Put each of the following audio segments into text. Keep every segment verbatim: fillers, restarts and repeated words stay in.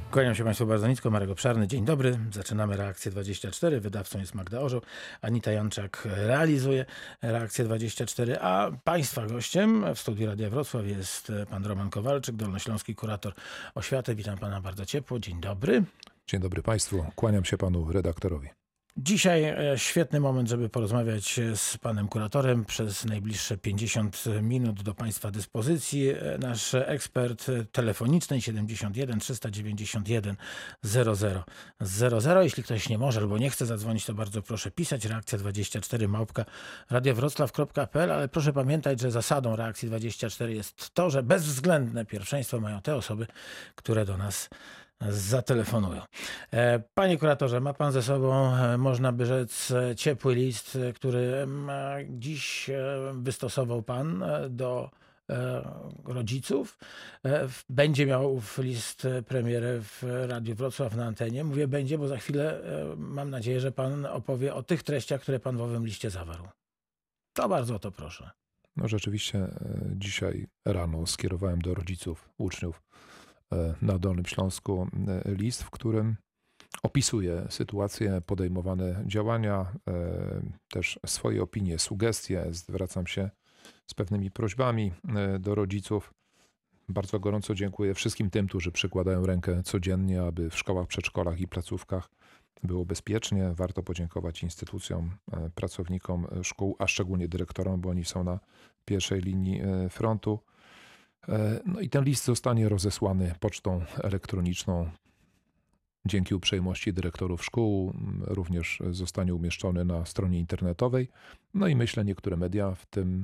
Kłaniam się Państwu bardzo nisko, Marek Obszarny. Dzień dobry. Zaczynamy Reakcję dwadzieścia cztery. Wydawcą jest Magda Orzeł. Anita Janczak realizuje Reakcję dwadzieścia cztery, a Państwa gościem w studiu Radia Wrocław jest pan Roman Kowalczyk, dolnośląski kurator oświaty. Witam Pana bardzo ciepło. Dzień dobry. Dzień dobry Państwu. Kłaniam się Panu redaktorowi. Dzisiaj świetny moment, żeby porozmawiać z panem kuratorem. Przez najbliższe pięćdziesiąt minut do Państwa dyspozycji. Nasz ekspert telefoniczny siedemdziesiąt jeden trzysta dziewięćdziesiąt jeden zero zero zero zero. Jeśli ktoś nie może albo nie chce zadzwonić, to bardzo proszę pisać reakcja dwadzieścia cztery małpka radiowroclaw kropka p l, ale proszę pamiętać, że zasadą Reakcji dwadzieścia cztery jest to, że bezwzględne pierwszeństwo mają te osoby, które do nas zatelefonują. Panie kuratorze, ma pan ze sobą, można by rzec, ciepły list, który dziś wystosował pan do rodziców. Będzie miał list premierę w Radiu Wrocław na antenie. Mówię będzie, bo za chwilę mam nadzieję, że pan opowie o tych treściach, które pan w owym liście zawarł. To bardzo o to proszę. No rzeczywiście dzisiaj rano skierowałem do rodziców, uczniów na Dolnym Śląsku list, w którym opisuję sytuację, podejmowane działania, też swoje opinie, sugestie. Zwracam się z pewnymi prośbami do rodziców. Bardzo gorąco dziękuję wszystkim tym, którzy przykładają rękę codziennie, aby w szkołach, przedszkolach i placówkach było bezpiecznie. Warto podziękować instytucjom, pracownikom szkół, a szczególnie dyrektorom, bo oni są na pierwszej linii frontu. No i ten list zostanie rozesłany pocztą elektroniczną. Dzięki uprzejmości dyrektorów szkół również zostanie umieszczony na stronie internetowej. No i myślę, niektóre media, w tym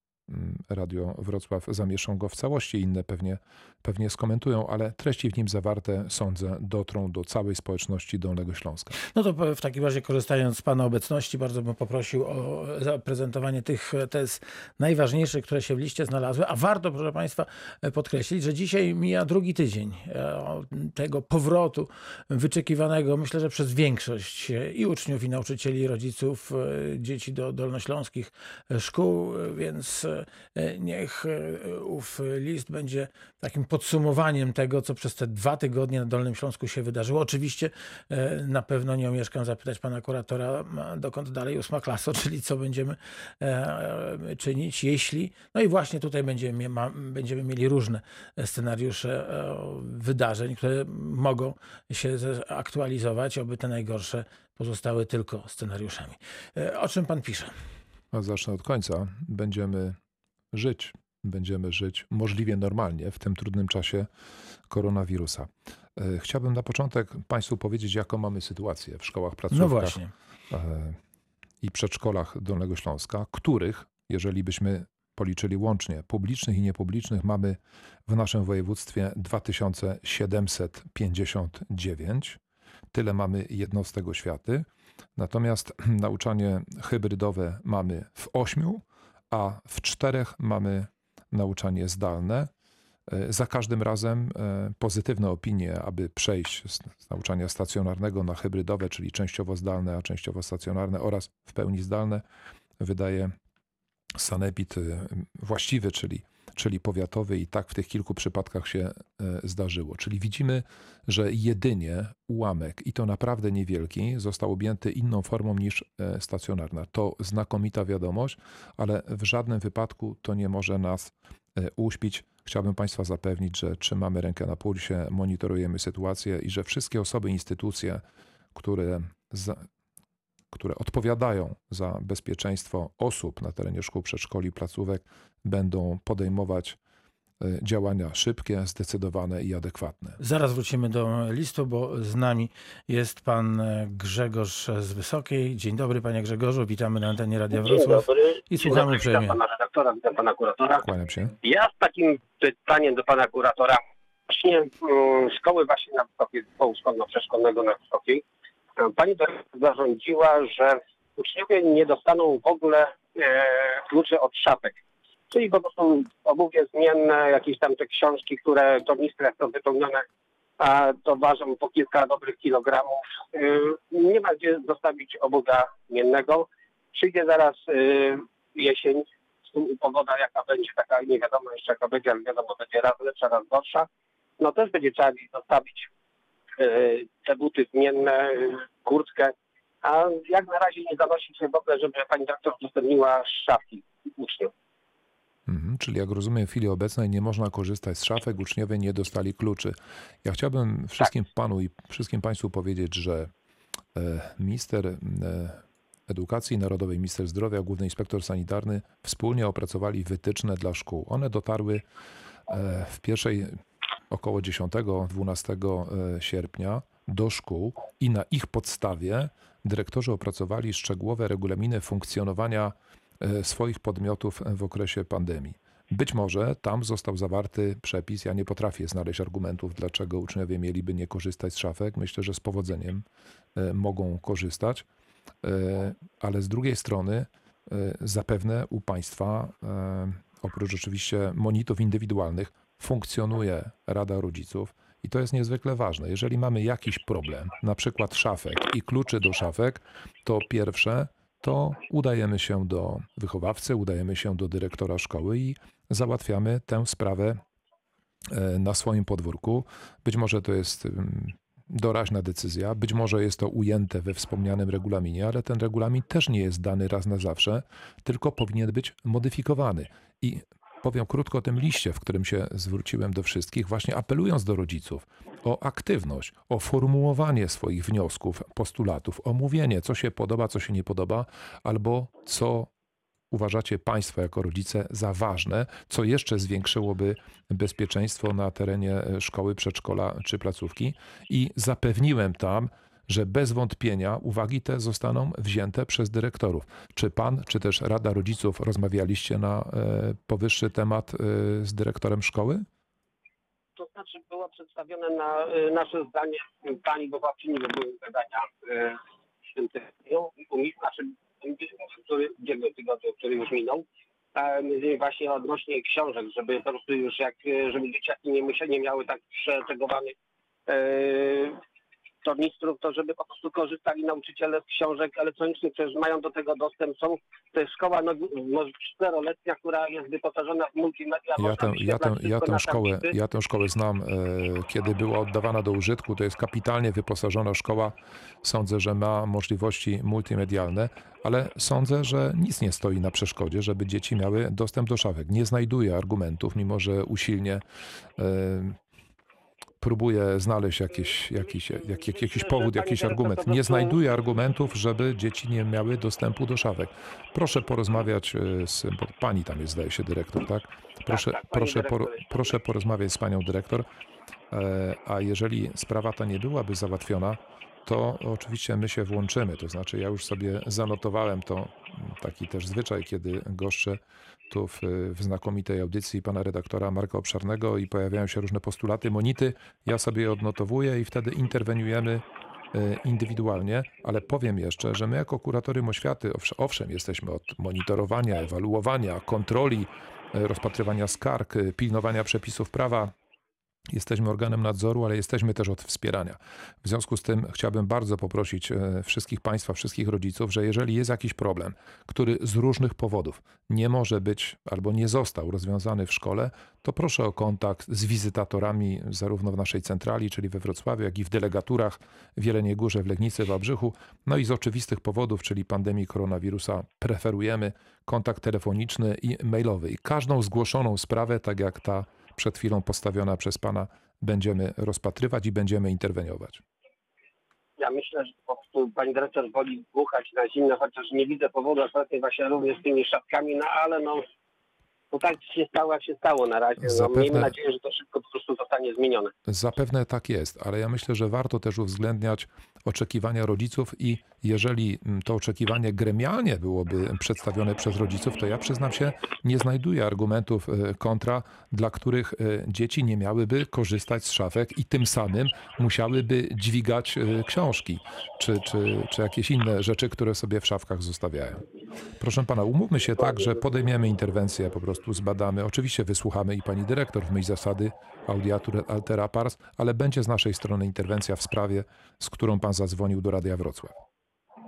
Radio Wrocław, zamieszczą go w całości, inne pewnie, pewnie skomentują, ale treści w nim zawarte, sądzę, dotrą do całej społeczności Dolnego Śląska. No to w takim razie, korzystając z Pana obecności, bardzo bym poprosił o zaprezentowanie tych tez najważniejszych, które się w liście znalazły, a warto, proszę Państwa, podkreślić, że dzisiaj mija drugi tydzień tego powrotu wyczekiwanego, myślę, że przez większość i uczniów, i nauczycieli, i rodziców dzieci do dolnośląskich szkół, więc niech ów list będzie takim podsumowaniem tego, co przez te dwa tygodnie na Dolnym Śląsku się wydarzyło. Oczywiście na pewno nie omieszkam zapytać pana kuratora, dokąd dalej ósma klasa, czyli co będziemy czynić, jeśli... No i właśnie tutaj będziemy, ma, będziemy mieli różne scenariusze wydarzeń, które mogą się aktualizować, oby te najgorsze pozostały tylko scenariuszami. O czym pan pisze? A zacznę od końca. Będziemy żyć, będziemy żyć możliwie normalnie w tym trudnym czasie koronawirusa. Chciałbym na początek Państwu powiedzieć, jaką mamy sytuację w szkołach, placówkach no właśnie. i przedszkolach Dolnego Śląska, których, jeżeli byśmy policzyli łącznie publicznych i niepublicznych, mamy w naszym województwie dwa tysiące siedemset pięćdziesiąt dziewięć. Tyle mamy jednostek oświaty. Natomiast nauczanie hybrydowe mamy w ośmiu, a w czterech mamy nauczanie zdalne. Za każdym razem pozytywne opinie, aby przejść z nauczania stacjonarnego na hybrydowe, czyli częściowo zdalne, a częściowo stacjonarne oraz w pełni zdalne, wydaje sanepid właściwy, czyli czyli powiatowy, i tak w tych kilku przypadkach się zdarzyło. Czyli widzimy, że jedynie ułamek, i to naprawdę niewielki, został objęty inną formą niż stacjonarna. To znakomita wiadomość, ale w żadnym wypadku to nie może nas uśpić. Chciałbym Państwa zapewnić, że trzymamy rękę na pulsie, monitorujemy sytuację i że wszystkie osoby, instytucje, które za które odpowiadają za bezpieczeństwo osób na terenie szkół, przedszkoli, placówek, będą podejmować działania szybkie, zdecydowane i adekwatne. Zaraz wrócimy do listu, bo z nami jest pan Grzegorz z Wysokiej. Dzień dobry, panie Grzegorzu, witamy na antenie Radia Wrocław i słuchamy uprzejmie. Witam pana redaktora, witam pana kuratora. Kłaniam się. Ja z takim pytaniem do pana kuratora. Właśnie um, szkoły właśnie na Wysokiej, zespołu szkolno-przedszkolnego na Wysokiej, pani zarządziła, że uczniowie nie dostaną w ogóle e, kluczy od szafek. Czyli po prostu obuwie zmienne, jakieś tam te książki, które tornistrach są wypełnione, a to ważą po kilka dobrych kilogramów. E, nie ma gdzie zostawić obuwia zmiennego. Przyjdzie zaraz e, jesień, pogoda jaka będzie, taka nie wiadomo jeszcze jaka będzie, ale wiadomo, będzie raz lepsza, raz gorsza. No też będzie trzeba zostawić te buty zmienne, kurtkę, a jak na razie nie zanosi się w ogóle, żeby pani dyrektor udostępniła szafki uczniom. Mhm, czyli jak rozumiem, w chwili obecnej nie można korzystać z szafek, uczniowie nie dostali kluczy. Ja chciałbym wszystkim panu i wszystkim państwu powiedzieć, że e, minister e, Edukacji Narodowej, minister zdrowia, główny inspektor sanitarny wspólnie opracowali wytyczne dla szkół. One dotarły e, w pierwszej około dziesiątego dwunastego sierpnia do szkół i na ich podstawie dyrektorzy opracowali szczegółowe regulaminy funkcjonowania swoich podmiotów w okresie pandemii. Być może tam został zawarty przepis, ja nie potrafię znaleźć argumentów, dlaczego uczniowie mieliby nie korzystać z szafek. Myślę, że z powodzeniem mogą korzystać, ale z drugiej strony zapewne u państwa, oprócz oczywiście monitorów indywidualnych, funkcjonuje Rada Rodziców i to jest niezwykle ważne. Jeżeli mamy jakiś problem, na przykład szafek i kluczy do szafek, to pierwsze to udajemy się do wychowawcy, udajemy się do dyrektora szkoły i załatwiamy tę sprawę na swoim podwórku. Być może to jest doraźna decyzja, być może jest to ujęte we wspomnianym regulaminie, ale ten regulamin też nie jest dany raz na zawsze, tylko powinien być modyfikowany. I powiem krótko o tym liście, w którym się zwróciłem do wszystkich, właśnie apelując do rodziców o aktywność, o formułowanie swoich wniosków, postulatów, o mówienie, co się podoba, co się nie podoba, albo co uważacie państwo jako rodzice za ważne, co jeszcze zwiększyłoby bezpieczeństwo na terenie szkoły, przedszkola czy placówki. I zapewniłem tam, że bez wątpienia uwagi te zostaną wzięte przez dyrektorów. Czy pan, czy też Rada Rodziców rozmawialiście na e, powyższy temat e, z dyrektorem szkoły? To znaczy było przedstawione na e, nasze zdanie pani wychowawczyni, bo były zadania e, w tym tygodniu, znaczy który, ubiegłym tygodniu, który już minął, a między innymi właśnie odnośnie książek, żeby po prostu już jak, żeby dzieciaki nie, musiały, nie miały tak przetegowanych e, tornistrów, to żeby po prostu korzystali nauczyciele z książek elektronicznych, przecież mają do tego dostęp. Są, to jest szkoła no, może czteroletnia, która jest wyposażona w multimedia. Ja tę, ja, tę, ja, tę szkołę, ja tę szkołę znam, e, kiedy była oddawana do użytku. To jest kapitalnie wyposażona szkoła. Sądzę, że ma możliwości multimedialne, ale sądzę, że nic nie stoi na przeszkodzie, żeby dzieci miały dostęp do szafek. Nie znajduję argumentów, mimo że usilnie e, próbuję znaleźć jakiś, jakiś, jak, jak, jakiś powód, jakiś argument. Nie znajduję argumentów, żeby dzieci nie miały dostępu do szafek. Proszę porozmawiać z... Bo pani tam jest, zdaje się, dyrektor, tak? Proszę, proszę, por, proszę porozmawiać z panią dyrektor. A jeżeli sprawa ta nie byłaby załatwiona, to oczywiście my się włączymy. To znaczy ja już sobie zanotowałem to, taki też zwyczaj, kiedy goszczę tu w, w znakomitej audycji pana redaktora Marka Obszarnego i pojawiają się różne postulaty, monity. Ja sobie je odnotowuję i wtedy interweniujemy indywidualnie, ale powiem jeszcze, że my jako kuratorium oświaty, owszem, jesteśmy od monitorowania, ewaluowania, kontroli, rozpatrywania skarg, pilnowania przepisów prawa. Jesteśmy organem nadzoru, ale jesteśmy też od wspierania. W związku z tym chciałbym bardzo poprosić wszystkich państwa, wszystkich rodziców, że jeżeli jest jakiś problem, który z różnych powodów nie może być albo nie został rozwiązany w szkole, to proszę o kontakt z wizytatorami zarówno w naszej centrali, czyli we Wrocławiu, jak i w delegaturach w Jeleniej Górze, w Legnicy, w Wałbrzychu. No i z oczywistych powodów, czyli pandemii koronawirusa, preferujemy kontakt telefoniczny i mailowy. I każdą zgłoszoną sprawę, tak jak ta przed chwilą postawiona przez pana, będziemy rozpatrywać i będziemy interweniować. Ja myślę, że po prostu pani dyrektor woli dmuchać na zimno, chociaż nie widzę powodu, ostatnio właśnie również z tymi szafkami, no ale no, to tak się stało, jak się stało na razie. No, Zapewne, miejmy nadzieję, że to szybko po prostu zostanie zmienione. Zapewne tak jest, ale ja myślę, że warto też uwzględniać oczekiwania rodziców i jeżeli to oczekiwanie gremialnie byłoby przedstawione przez rodziców, to ja przyznam się, nie znajduję argumentów kontra, dla których dzieci nie miałyby korzystać z szafek i tym samym musiałyby dźwigać książki czy, czy, czy jakieś inne rzeczy, które sobie w szafkach zostawiają. Proszę pana, umówmy się tak, że podejmiemy interwencję, po prostu zbadamy. Oczywiście wysłuchamy i pani dyrektor w myśl zasady audiatur altera pars, ale będzie z naszej strony interwencja w sprawie, z którą pan zadzwonił do Radia Wrocław.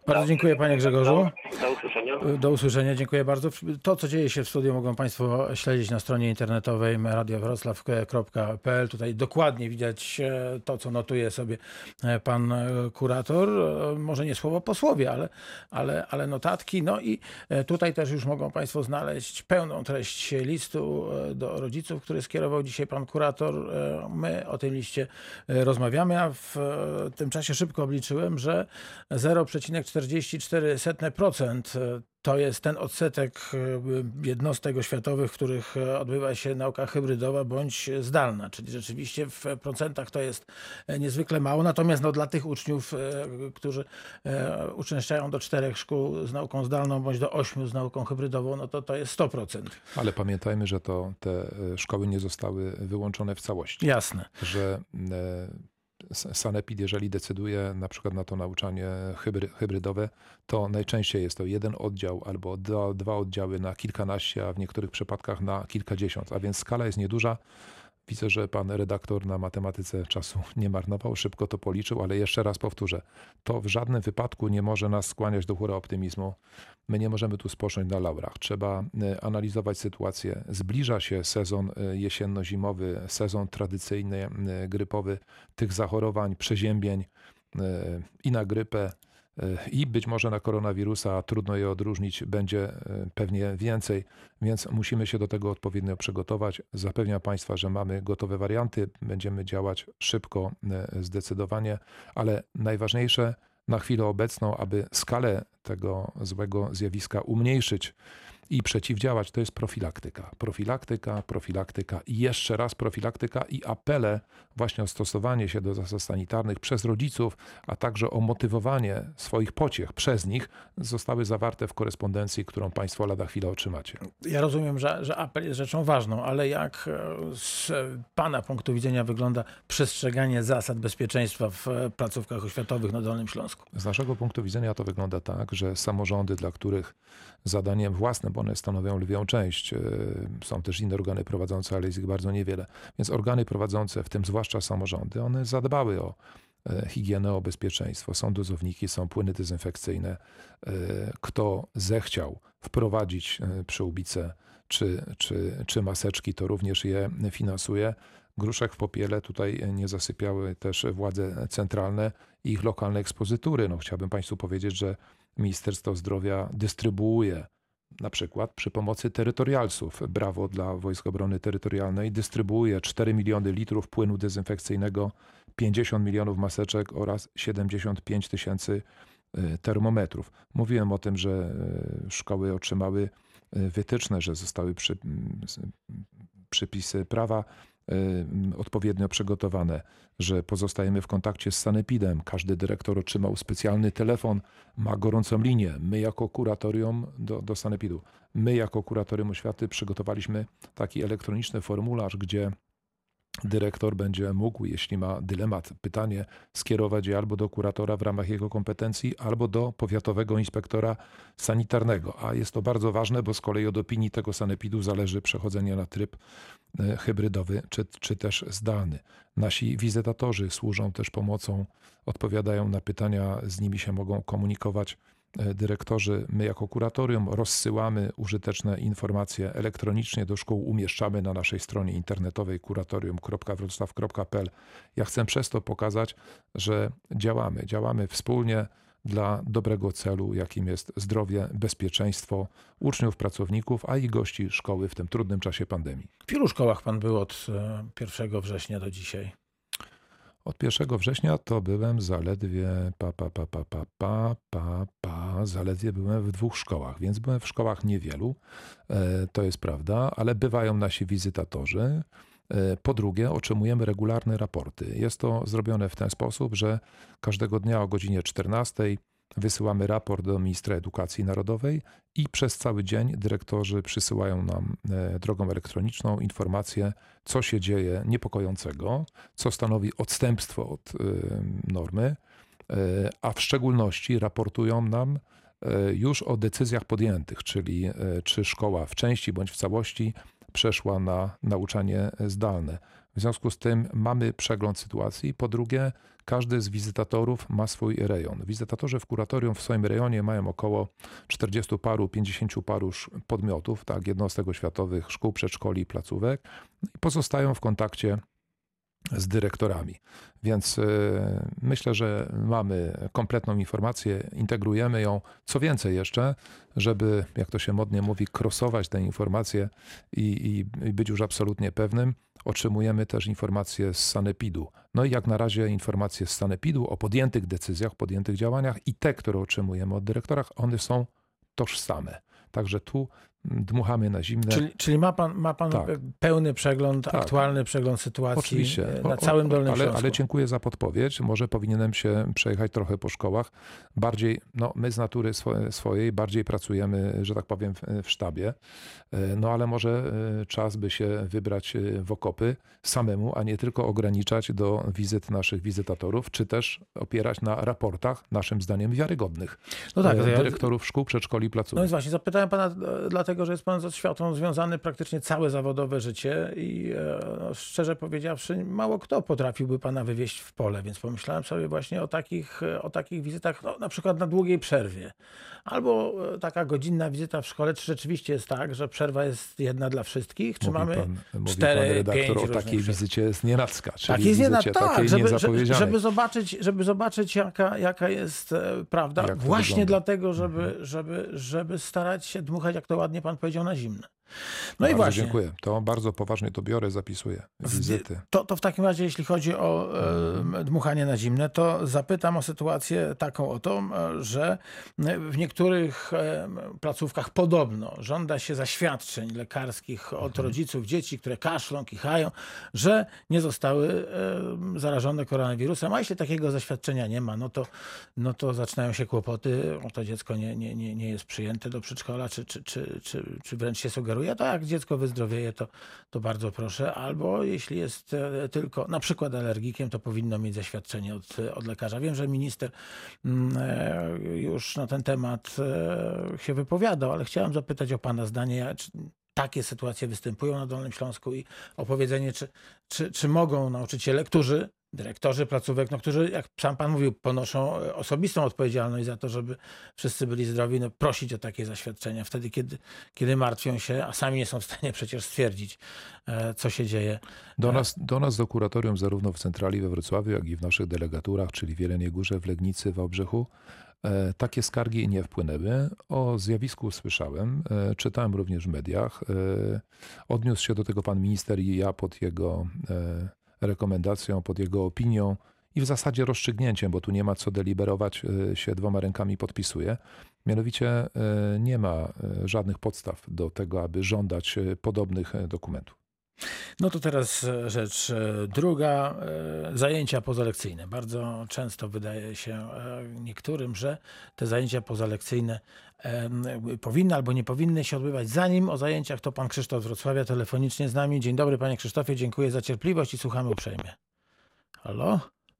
Bardzo dziękuję, panie Grzegorzu. Do, do usłyszenia. Do usłyszenia, dziękuję bardzo. To, co dzieje się w studiu, mogą państwo śledzić na stronie internetowej radio wrocław kropka p l. Tutaj dokładnie widać to, co notuje sobie pan kurator. Może nie słowo po słowie, ale, ale, ale notatki. No i tutaj też już mogą państwo znaleźć pełną treść listu do rodziców, który skierował dzisiaj pan kurator. My o tym liście rozmawiamy, a w tym czasie szybko obliczyłem, że zero przecinek czterdzieści cztery procent to jest ten odsetek jednostek oświatowych, w których odbywa się nauka hybrydowa bądź zdalna. Czyli rzeczywiście w procentach to jest niezwykle mało. Natomiast no, dla tych uczniów, którzy uczęszczają do czterech szkół z nauką zdalną bądź do ośmiu z nauką hybrydową, no to to jest sto procent. Ale pamiętajmy, że to te szkoły nie zostały wyłączone w całości. Jasne. Że sanepid, jeżeli decyduje na przykład na to nauczanie hybry, hybrydowe, to najczęściej jest to jeden oddział albo dwa, dwa oddziały na kilkanaście, a w niektórych przypadkach na kilkadziesiąt, a więc skala jest nieduża. Widzę, że pan redaktor na matematyce czasu nie marnował, szybko to policzył, ale jeszcze raz powtórzę, to w żadnym wypadku nie może nas skłaniać do hura optymizmu. My nie możemy tu spocząć na laurach. Trzeba analizować sytuację. Zbliża się sezon jesienno-zimowy, sezon tradycyjny, grypowy. Tych zachorowań, przeziębień i na grypę, i być może na koronawirusa, trudno je odróżnić, będzie pewnie więcej, więc musimy się do tego odpowiednio przygotować. Zapewniam państwa, że mamy gotowe warianty, będziemy działać szybko, zdecydowanie, ale najważniejsze na chwilę obecną, aby skalę tego złego zjawiska umniejszyć i przeciwdziałać, to jest profilaktyka. Profilaktyka, profilaktyka i jeszcze raz profilaktyka i apele właśnie o stosowanie się do zasad sanitarnych przez rodziców, a także o motywowanie swoich pociech przez nich zostały zawarte w korespondencji, którą państwo lada chwilę otrzymacie. Ja rozumiem, że, że apel jest rzeczą ważną, ale jak z pana punktu widzenia wygląda przestrzeganie zasad bezpieczeństwa w placówkach oświatowych na Dolnym Śląsku? Z naszego punktu widzenia to wygląda tak, że samorządy, dla których zadaniem własnym, bo one stanowią lwią część, są też inne organy prowadzące, ale jest ich bardzo niewiele, więc organy prowadzące, w tym zwłaszcza samorządy, one zadbały o higienę, o bezpieczeństwo. Są dozowniki, są płyny dezynfekcyjne. Kto zechciał wprowadzić przyłbice czy, czy, czy maseczki, to również je finansuje. Gruszek w popiele tutaj nie zasypiały też władze centralne i ich lokalne ekspozytury. No, chciałbym państwu powiedzieć, że Ministerstwo Zdrowia dystrybuuje na przykład przy pomocy terytorialsów, brawo dla Wojsk Obrony Terytorialnej, dystrybuuje cztery miliony litrów płynu dezynfekcyjnego, pięćdziesiąt milionów maseczek oraz siedemdziesiąt pięć tysięcy termometrów. Mówiłem o tym, że szkoły otrzymały wytyczne, że zostały przy, przypisy prawa odpowiednio przygotowane, że pozostajemy w kontakcie z sanepidem. Każdy dyrektor otrzymał specjalny telefon, ma gorącą linię. My jako kuratorium do, do sanepidu, my jako kuratorium oświaty przygotowaliśmy taki elektroniczny formularz, gdzie dyrektor będzie mógł, jeśli ma dylemat, pytanie, skierować je albo do kuratora w ramach jego kompetencji, albo do powiatowego inspektora sanitarnego. A jest to bardzo ważne, bo z kolei od opinii tego sanepidu zależy przechodzenie na tryb hybrydowy czy, czy też zdalny. Nasi wizytatorzy służą też pomocą, odpowiadają na pytania, z nimi się mogą komunikować dyrektorzy. My jako kuratorium rozsyłamy użyteczne informacje elektronicznie do szkół, umieszczamy na naszej stronie internetowej kuratorium kropka wrocław kropka p l. Ja chcę przez to pokazać, że działamy, działamy wspólnie dla dobrego celu, jakim jest zdrowie, bezpieczeństwo uczniów, pracowników, a i gości szkoły w tym trudnym czasie pandemii. W ilu szkołach pan był od pierwszego września do dzisiaj? Od pierwszego września to byłem zaledwie pa, pa, pa, pa, pa, pa, pa, pa, zaledwie byłem w dwóch szkołach, więc byłem w szkołach niewielu, to jest prawda, ale bywają nasi wizytatorzy. Po drugie, otrzymujemy regularne raporty. Jest to zrobione w ten sposób, że każdego dnia o godzinie czternastej wysyłamy raport do ministra edukacji narodowej i przez cały dzień dyrektorzy przysyłają nam drogą elektroniczną informację, co się dzieje niepokojącego, co stanowi odstępstwo od normy, a w szczególności raportują nam już o decyzjach podjętych, czyli czy szkoła w części bądź w całości przeszła na nauczanie zdalne. W związku z tym mamy przegląd sytuacji. Po drugie, każdy z wizytatorów ma swój rejon. Wizytatorzy w kuratorium w swoim rejonie mają około czterdziestu paru, pięćdziesięciu paru podmiotów, tak, jednostek oświatowych, szkół, przedszkoli i placówek i pozostają w kontakcie z dyrektorami. Więc y, myślę, że mamy kompletną informację, integrujemy ją. Co więcej jeszcze, żeby, jak to się modnie mówi, krosować te informacje i, i, i być już absolutnie pewnym, otrzymujemy też informacje z sanepidu. No i jak na razie informacje z sanepidu o podjętych decyzjach, podjętych działaniach i te, które otrzymujemy od dyrektorach, one są tożsame. Także tu dmuchamy na zimne. Czyli, czyli ma pan, ma pan Tak. pełny przegląd, Tak. aktualny przegląd sytuacji Oczywiście. na O, całym o, Dolnym ale, Śląsku. ale dziękuję za podpowiedź. Może powinienem się przejechać trochę po szkołach. Bardziej, no my z natury swo- swojej bardziej pracujemy, że tak powiem, w, w sztabie. No ale może czas by się wybrać w okopy samemu, a nie tylko ograniczać do wizyt naszych wizytatorów, czy też opierać na raportach, naszym zdaniem wiarygodnych, No tak, to ja- dyrektorów szkół, przedszkoli, No placówek. więc właśnie, zapytałem pana e, dlatego, że jest pan z oświatą związany praktycznie całe zawodowe życie i e, no, szczerze powiedziawszy, mało kto potrafiłby pana wywieźć w pole, więc pomyślałem sobie właśnie o takich, e, o takich wizytach, no, na przykład na długiej przerwie. Albo e, taka godzinna wizyta w szkole, czy rzeczywiście jest tak, że przerwa jest jedna dla wszystkich, czy Mówi mamy pan, mówi cztery, pan redaktor pięć o różnych takiej przerw. wizycie z nienacka, czyli Tak, jest jedna, wizycie tak, takiej żeby, żeby, niezapowiedzianej. żeby zobaczyć, żeby zobaczyć jaka, jaka jest e, prawda. Jak to Właśnie wygląda. dlatego, żeby, żeby, żeby starać się dmuchać, jak to ładnie pan powiedział, na zimne. No Bardzo i właśnie. dziękuję. To bardzo poważnie to biorę, zapisuję. Wizyty. To, to w takim razie, jeśli chodzi o e, dmuchanie na zimne, to zapytam o sytuację taką oto, e, że w niektórych e, placówkach podobno żąda się zaświadczeń lekarskich od rodziców dzieci, które kaszlą, kichają, że nie zostały e, zarażone koronawirusem, a jeśli takiego zaświadczenia nie ma, no to, no to zaczynają się kłopoty, o to dziecko nie, nie, nie, nie jest przyjęte do przedszkola, czy, czy, czy, czy, czy wręcz się sugeruje, to jak dziecko wyzdrowieje, to, to bardzo proszę, albo jeśli jest e, tylko na przykład alergikiem, to powinno mieć zaświadczenie od, od lekarza. Wiem, że minister mm, e, już na ten temat e, się wypowiadał, ale chciałem zapytać o pana zdanie, czy takie sytuacje występują na Dolnym Śląsku i opowiedzenie, czy, czy, czy mogą nauczyciele, którzy, dyrektorzy placówek, no, którzy, jak sam pan mówił, ponoszą e, osobistą odpowiedzialność za to, żeby wszyscy byli zdrowi, no, prosić o takie zaświadczenia wtedy, kiedy, kiedy martwią się, a sami nie są w stanie przecież stwierdzić, e, co się dzieje. Do nas, do nas, do kuratorium, zarówno w centrali we Wrocławiu, jak i w naszych delegaturach, czyli w Jeleniej Górze, w Legnicy, w Wałbrzychu, e, takie skargi nie wpłynęły. O zjawisku słyszałem, e, czytałem również w mediach. E, odniósł się do tego pan minister i ja pod jego e, rekomendacją, pod jego opinią i w zasadzie rozstrzygnięciem, bo tu nie ma co deliberować, e, się dwoma rękami podpisuje. Mianowicie e, nie ma e, żadnych podstaw do tego, aby żądać e, podobnych e, dokumentów. No to teraz e, rzecz e, druga, e, zajęcia pozalekcyjne. Bardzo często wydaje się e, niektórym, że te zajęcia pozalekcyjne e, powinny albo nie powinny się odbywać. Zanim o zajęciach, to pan Krzysztof z Wrocławia telefonicznie z nami. Dzień dobry panie Krzysztofie, dziękuję za cierpliwość i słuchamy uprzejmie. Halo?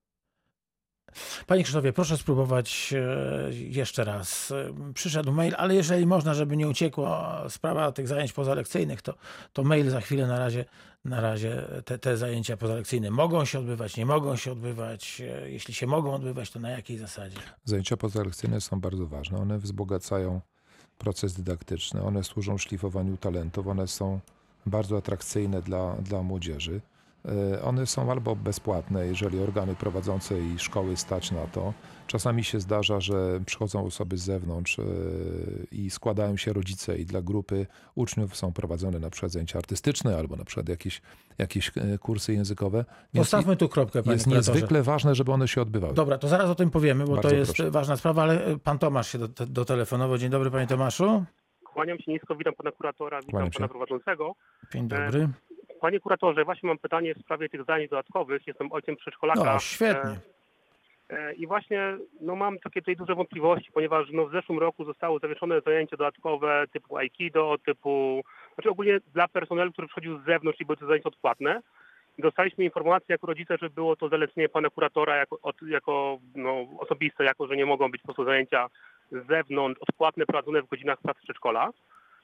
Panie Krzysztofie, proszę spróbować e, jeszcze raz. E, Przyszedł mail, ale jeżeli można, żeby nie uciekła sprawa tych zajęć pozalekcyjnych, to, to mail za chwilę. Na razie, na razie te, te zajęcia pozalekcyjne mogą się odbywać, nie mogą się odbywać. E, Jeśli się mogą odbywać, to na jakiej zasadzie? Zajęcia pozalekcyjne są bardzo ważne. One wzbogacają proces dydaktyczny, one służą szlifowaniu talentów, one są bardzo atrakcyjne dla, dla młodzieży. E, One są albo bezpłatne, jeżeli organy prowadzące i szkoły stać na to. Czasami się zdarza, że przychodzą osoby z zewnątrz e, i składają się rodzice i dla grupy uczniów są prowadzone na przykład zajęcia artystyczne albo na przykład jakieś, jakieś e, kursy językowe. Więc Postawmy tu kropkę, panie jest kuratorze. niezwykle ważne, żeby one się odbywały. Dobra, to zaraz o tym powiemy, bo Bardzo to jest proszę. ważna sprawa, ale pan Tomasz się do, do telefonowo. Dzień dobry panie Tomaszu. Kłaniam się nisko, witam pana kuratora, witam Kłaniam się. pana prowadzącego. Dzień dobry. Panie kuratorze, właśnie mam pytanie w sprawie tych zajęć dodatkowych. Jestem ojcem przedszkolaka. No, świetnie. E, e, I właśnie no, mam takie tutaj duże wątpliwości, ponieważ no, w zeszłym roku zostały zawieszone zajęcia dodatkowe typu aikido, typu, znaczy ogólnie dla personelu, który przychodził z zewnątrz i były to zajęcia odpłatne. Dostaliśmy informację jako rodzice, że było to zalecenie pana kuratora jako, od, jako no, osobiste, jako że nie mogą być po prostu zajęcia z zewnątrz odpłatne prowadzone w godzinach pracy przedszkola.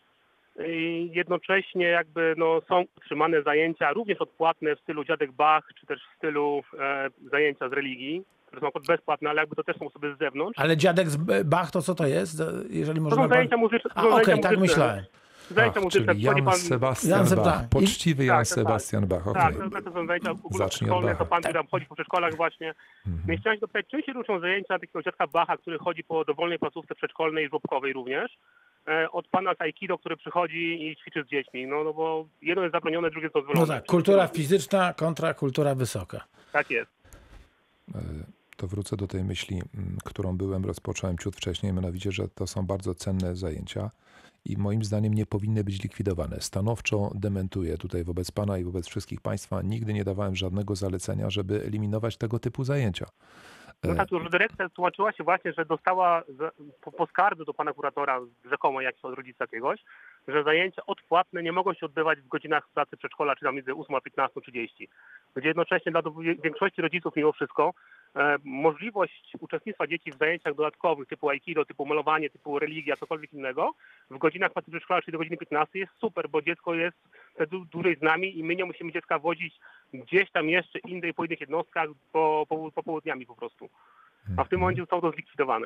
I jednocześnie jakby no, są utrzymane zajęcia również odpłatne w stylu Dziadek Bach, czy też w stylu e, zajęcia z religii, które są akurat bezpłatne, ale jakby to też są osoby z zewnątrz. Ale dziadek z B- Bach to co to jest? Jeżeli To można są zajęcia muzyczne. A okej, tak myślałem. Zajęcia Ach, muzyczne. czyli Jan Wchodzi pan... Sebastian Jan Bach, Seb- poczciwy I- Jan tak, tak, Sebastian Bach. Tak, okej. to, to są zajęcia Zacznij od ogólnoszkolne, to Bacha. pan, który tam chodzi po przedszkolach właśnie. Mhm. Więc chciałem się dopytać, czym się różnią zajęcia takiego dziadka Bacha, który chodzi po dowolnej placówce przedszkolnej i żłobkowej również, e, od pana z Aikido, który przychodzi i ćwiczy z dziećmi? No, no bo jedno jest zabronione, drugie jest dozwolone. No tak, kultura fizyczna kontra kultura wysoka. Tak jest. E, To wrócę do tej myśli, m, którą byłem, rozpocząłem ciut wcześniej, mianowicie, że to są bardzo cenne zajęcia i moim zdaniem nie powinny być likwidowane. Stanowczo dementuję tutaj wobec pana i wobec wszystkich państwa. Nigdy nie dawałem żadnego zalecenia, żeby eliminować tego typu zajęcia. No E, tak, już dyrekcja tłumaczyła się właśnie, że dostała za- po, po skardze do pana kuratora, rzekomo jakiś od rodzica jakiegoś, że zajęcia odpłatne nie mogą się odbywać w godzinach pracy przedszkola, czy tam między ósma a piętnasta trzydzieści. Gdzie jednocześnie dla do- większości rodziców mimo wszystko e, możliwość uczestnictwa dzieci w zajęciach dodatkowych typu aikido, typu malowanie, typu religia, cokolwiek innego w godzinach pracy przedszkola, czyli do godziny piętnastej jest super, bo dziecko jest wtedy dłużej z nami i my nie musimy dziecka wozić gdzieś tam jeszcze indziej po innych jednostkach po, po, popołudniami po prostu. A w tym momencie zostało to zlikwidowane.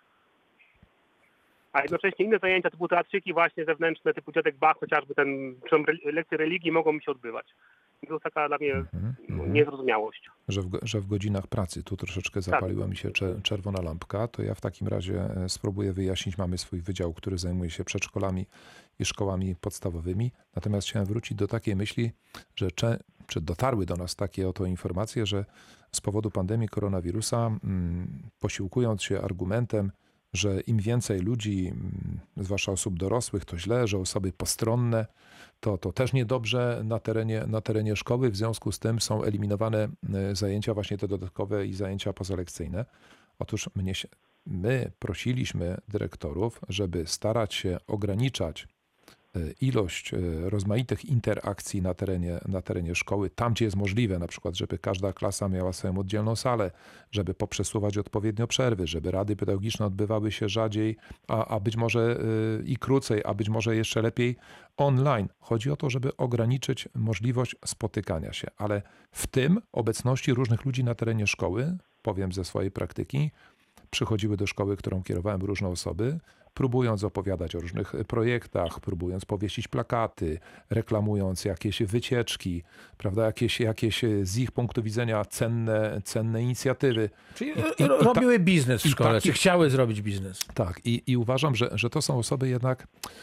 A jednocześnie inne zajęcia typu teatrzyki właśnie zewnętrzne, typu Dziadek Bach, chociażby ten, czy re- lekcje religii mogą mi się odbywać. I to jest taka dla mnie Mhm, no, mhm. niezrozumiałość. że w, go- że w godzinach pracy, tu troszeczkę zapaliła mi się cze, czerwona lampka, to ja w takim razie e, spróbuję wyjaśnić. Mamy swój wydział, który zajmuje się przedszkolami i szkołami podstawowymi. Natomiast chciałem wrócić do takiej myśli, że cze, czy dotarły do nas takie oto informacje, że z powodu pandemii koronawirusa, mm, posiłkując się argumentem, że im więcej ludzi, mm, zwłaszcza osób dorosłych, to źle, że osoby postronne, to, to też niedobrze na terenie, na terenie szkoły. W związku z tym są eliminowane e, zajęcia właśnie te dodatkowe i zajęcia pozalekcyjne. Otóż mnie się, my prosiliśmy dyrektorów, żeby starać się ograniczać e, ilość e, rozmaitych interakcji na terenie, na terenie szkoły, tam gdzie jest możliwe, na przykład, żeby każda klasa miała swoją oddzielną salę, żeby poprzesuwać odpowiednio przerwy, żeby rady pedagogiczne odbywały się rzadziej, a, a być może y, i krócej, a być może jeszcze lepiej online. Chodzi o to, żeby ograniczyć możliwość spotykania się, ale w tym obecności różnych ludzi na terenie szkoły, powiem ze swojej praktyki, przychodziły do szkoły, którą kierowałem, różne osoby, próbując opowiadać o różnych projektach, próbując powiesić plakaty, reklamując jakieś wycieczki, prawda, jakieś, jakieś z ich punktu widzenia cenne, cenne inicjatywy. Czyli I- i- ro- i ta- robiły biznes w i szkole, taki- czy chciały zrobić biznes. Tak, i, i uważam, że, że to są osoby jednak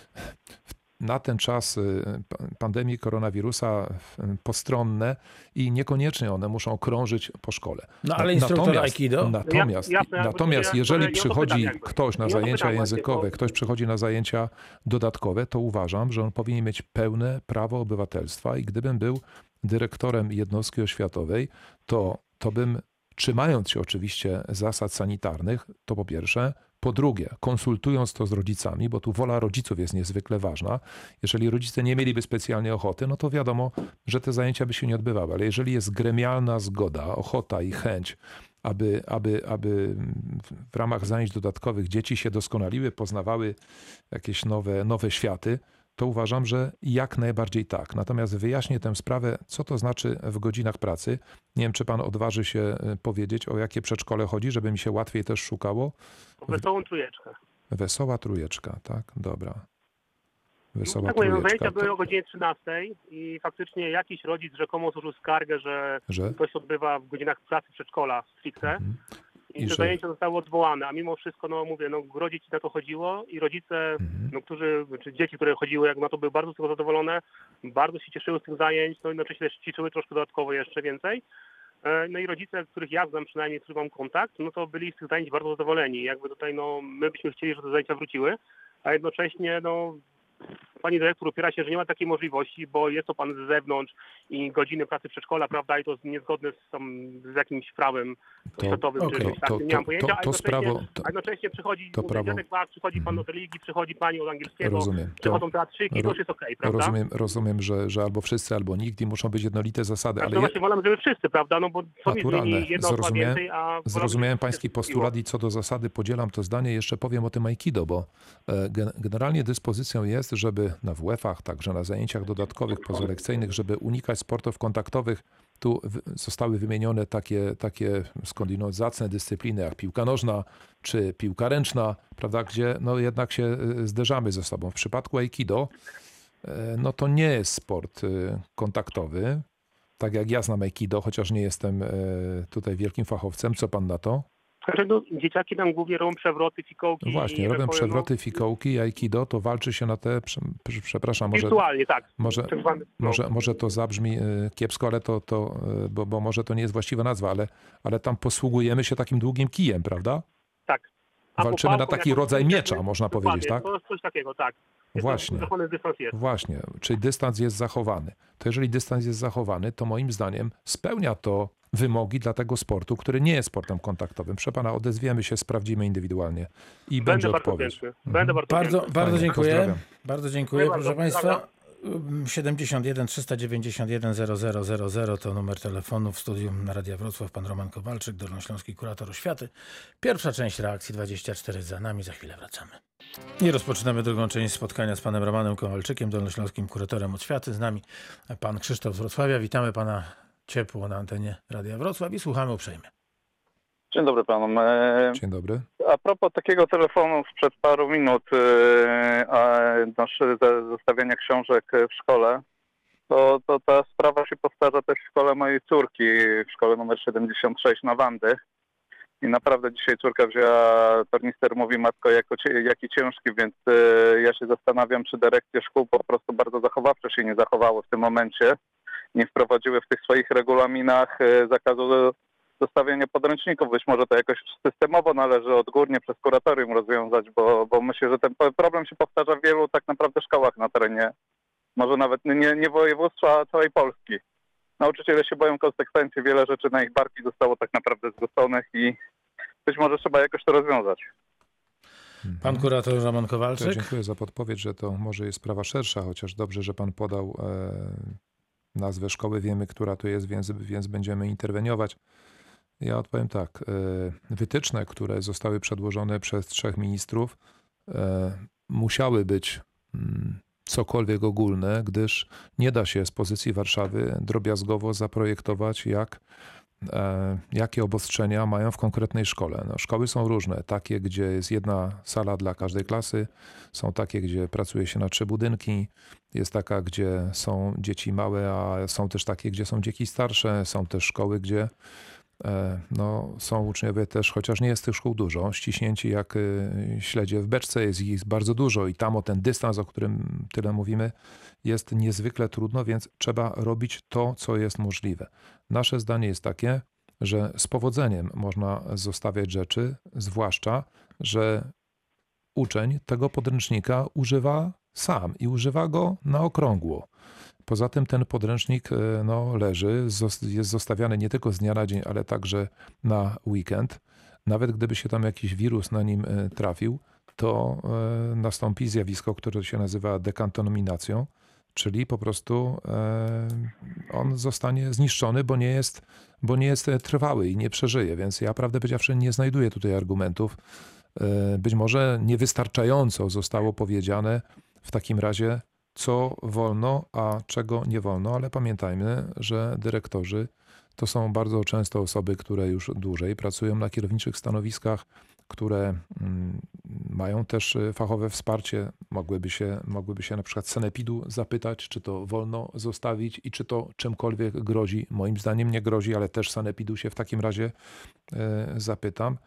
na ten czas y, pa- pandemii koronawirusa y, postronne i niekoniecznie one muszą krążyć po szkole. No ale Na- instruktor Aikido? Natomiast, Ja- jasne, jakby natomiast to ja- jeżeli to ja nie o to przychodzi pytam jakby. ktoś na Nie o to zajęcia pytam właśnie, językowe, bo- ktoś przychodzi na zajęcia dodatkowe, to uważam, że on powinien mieć pełne prawo obywatelstwa i gdybym był dyrektorem jednostki oświatowej, to, to bym, trzymając się oczywiście zasad sanitarnych, to po pierwsze, po drugie, konsultując to z rodzicami, bo tu wola rodziców jest niezwykle ważna. Jeżeli rodzice nie mieliby specjalnie ochoty, no to wiadomo, że te zajęcia by się nie odbywały. Ale jeżeli jest gremialna zgoda, ochota i chęć, aby, aby, aby w ramach zajęć dodatkowych dzieci się doskonaliły, poznawały jakieś nowe, nowe światy, to uważam, że jak najbardziej tak. Natomiast wyjaśnię tę sprawę, co to znaczy w godzinach pracy. Nie wiem, czy pan odważy się y, powiedzieć, o jakie przedszkole chodzi, żeby mi się łatwiej też szukało. Wesołą trójeczkę. Wesoła trójeczka, tak? Dobra. Wesoła Tak, moje trójeczka. zajęcia były o To, godzinie trzynastej i faktycznie jakiś rodzic rzekomo złożył skargę, że że? to się odbywa w godzinach pracy przedszkola stricte. Mhm. I, I te że- zajęcia zostały odwołane, a mimo wszystko, no mówię, no gro dzieci na to chodziło i rodzice, Mhm. no którzy, czy dzieci, które chodziły, jak na to były bardzo z tego zadowolone, bardzo się cieszyły z tych zajęć, no jednocześnie też ćwiczyły troszkę dodatkowo jeszcze więcej. E, No i rodzice, których ja znam przynajmniej, z których mam kontakt, no to byli z tych zajęć bardzo zadowoleni. Jakby tutaj, no my byśmy chcieli, żeby te zajęcia wróciły, a jednocześnie, no pani dyrektor upiera się, że nie ma takiej możliwości, bo jest to pan z zewnątrz i godziny pracy przedszkola, prawda, i to jest niezgodne z, tam, z jakimś prawem To- światowym, okej, czy czymś to- takim, nie to- mam pojęcia, to- a to jednocześnie, sprawo- to- a jednocześnie przychodzi to mówię, prawo- dziadek Bach, przychodzi pan Mhm. od religii, przychodzi pani od angielskiego, Rozumiem. To, przychodzą teatrzyki, to ro- już jest okej, prawda? rozumiem, rozumiem że, że albo wszyscy, albo nikt i muszą być jednolite zasady. Ale Ale no je, właśnie wolę, żeby wszyscy, prawda, no bo co mi Naturalne. zmieni jedna osoba Zrozumiałem- więcej, a... wolę, Zrozumiałem żeby pański wszyscy postulat i co do zasady podzielam to zdanie. Jeszcze powiem o tym aikido, bo e, gen- generalnie dyspozycją jest, żeby na W F-ach, także na zajęciach dodatkowych, pozalekcyjnych, żeby unikać sportów kontaktowych. Tu zostały wymienione takie, takie skądinąd zacne dyscypliny jak piłka nożna czy piłka ręczna, prawda, gdzie no jednak się zderzamy ze sobą. W przypadku aikido no to nie jest sport kontaktowy, tak jak ja znam aikido, chociaż nie jestem tutaj wielkim fachowcem. Co pan na to? No, dzieciaki tam głównie robią przewroty, fikołki. No właśnie, robią przewroty, fikołki i aikido, to walczy się na te, przepraszam, może, wirtualnie, tak. może, może, może to zabrzmi kiepsko, ale to, to bo, bo może to nie jest właściwa nazwa, ale, ale tam posługujemy się takim długim kijem, prawda? Tak. A walczymy na taki rodzaj miecza, można powiedzieć, tak? To coś takiego, tak. Jest Właśnie. Zachowany dystans jest. Właśnie, czyli dystans jest zachowany. To jeżeli dystans jest zachowany, to moim zdaniem spełnia to wymogi dla tego sportu, który nie jest sportem kontaktowym. Proszę pana, odezwiemy się, sprawdzimy indywidualnie i Będę będzie bardzo odpowiedź. wdzięczny. Będę bardzo Bardzo, wdzięczny. bardzo Fajnie, dziękuję. pozdrawiam. Bardzo dziękuję, Dziękuję proszę bardzo. Państwa. siedemdziesiąt jeden trzysta dziewięćdziesiąt jeden zero zero zero zero to numer telefonu w studium na Radia Wrocław. Pan Roman Kowalczyk, dolnośląski kurator oświaty. Pierwsza część reakcji dwadzieścia cztery za nami. Za chwilę wracamy. I rozpoczynamy drugą część spotkania z panem Romanem Kowalczykiem, dolnośląskim kuratorem oświaty. Z nami pan Krzysztof z Wrocławia. Witamy pana ciepło na antenie Radia Wrocław i słuchamy uprzejmie. Dzień dobry panom. E, Dzień dobry. A propos takiego telefonu sprzed paru minut, e, a nasze zostawiania książek w szkole, to, to ta sprawa się powtarza też w szkole mojej córki, w szkole numer siedemdziesiąt sześć na Wandy. I naprawdę dzisiaj córka wzięła, tornister mówi, matko, jako, jaki ciężki, więc e, ja się zastanawiam, czy dyrekcje szkół po prostu bardzo zachowawczo się nie zachowały w tym momencie. Nie wprowadziły w tych swoich regulaminach e, zakazu zostawiania podręczników. Być może to jakoś systemowo należy odgórnie przez kuratorium rozwiązać, bo, bo myślę, że ten problem się powtarza w wielu tak naprawdę szkołach na terenie, może nawet nie, nie województwa, a całej Polski. Nauczyciele się boją konsekwencji, wiele rzeczy na ich barki zostało tak naprawdę zgłoszonych i być może trzeba jakoś to rozwiązać. Pan kurator Roman To Kowalczyk. dziękuję za podpowiedź, że to może jest sprawa szersza, chociaż dobrze, że pan podał e, nazwę szkoły, wiemy, która to jest, więc, więc będziemy interweniować. Ja odpowiem tak. Wytyczne, które zostały przedłożone przez trzech ministrów, musiały być cokolwiek ogólne, gdyż nie da się z pozycji Warszawy drobiazgowo zaprojektować, jak, jakie obostrzenia mają w konkretnej szkole. No, szkoły są różne. Takie, gdzie jest jedna sala dla każdej klasy. Są takie, gdzie pracuje się na trzy budynki. Jest taka, gdzie są dzieci małe, a są też takie, gdzie są dzieci starsze. Są też szkoły, gdzie no, są uczniowie też, chociaż nie jest tych szkół dużo, ściśnięci jak śledzie w beczce, jest ich bardzo dużo i tam o ten dystans, o którym tyle mówimy, jest niezwykle trudno, więc trzeba robić to, co jest możliwe. Nasze zdanie jest takie, że z powodzeniem można zostawiać rzeczy, zwłaszcza, że uczeń tego podręcznika używa sam i używa go na okrągło. Poza tym ten podręcznik no, leży, jest zostawiany nie tylko z dnia na dzień, ale także na weekend. Nawet gdyby się tam jakiś wirus na nim trafił, to nastąpi zjawisko, które się nazywa dekontaminacją, czyli po prostu on zostanie zniszczony, bo nie jest, bo nie jest trwały i nie przeżyje. Więc ja, prawdę powiedziawszy, nie znajduję tutaj argumentów. Być może niewystarczająco zostało powiedziane w takim razie, co wolno, a czego nie wolno, ale pamiętajmy, że dyrektorzy to są bardzo często osoby, które już dłużej pracują na kierowniczych stanowiskach, które mm, mają też fachowe wsparcie. Mogłyby się, mogłyby się na przykład sanepidu zapytać, czy to wolno zostawić i czy to czymkolwiek grozi. Moim zdaniem nie grozi, ale też sanepidu się w takim razie e, zapytam.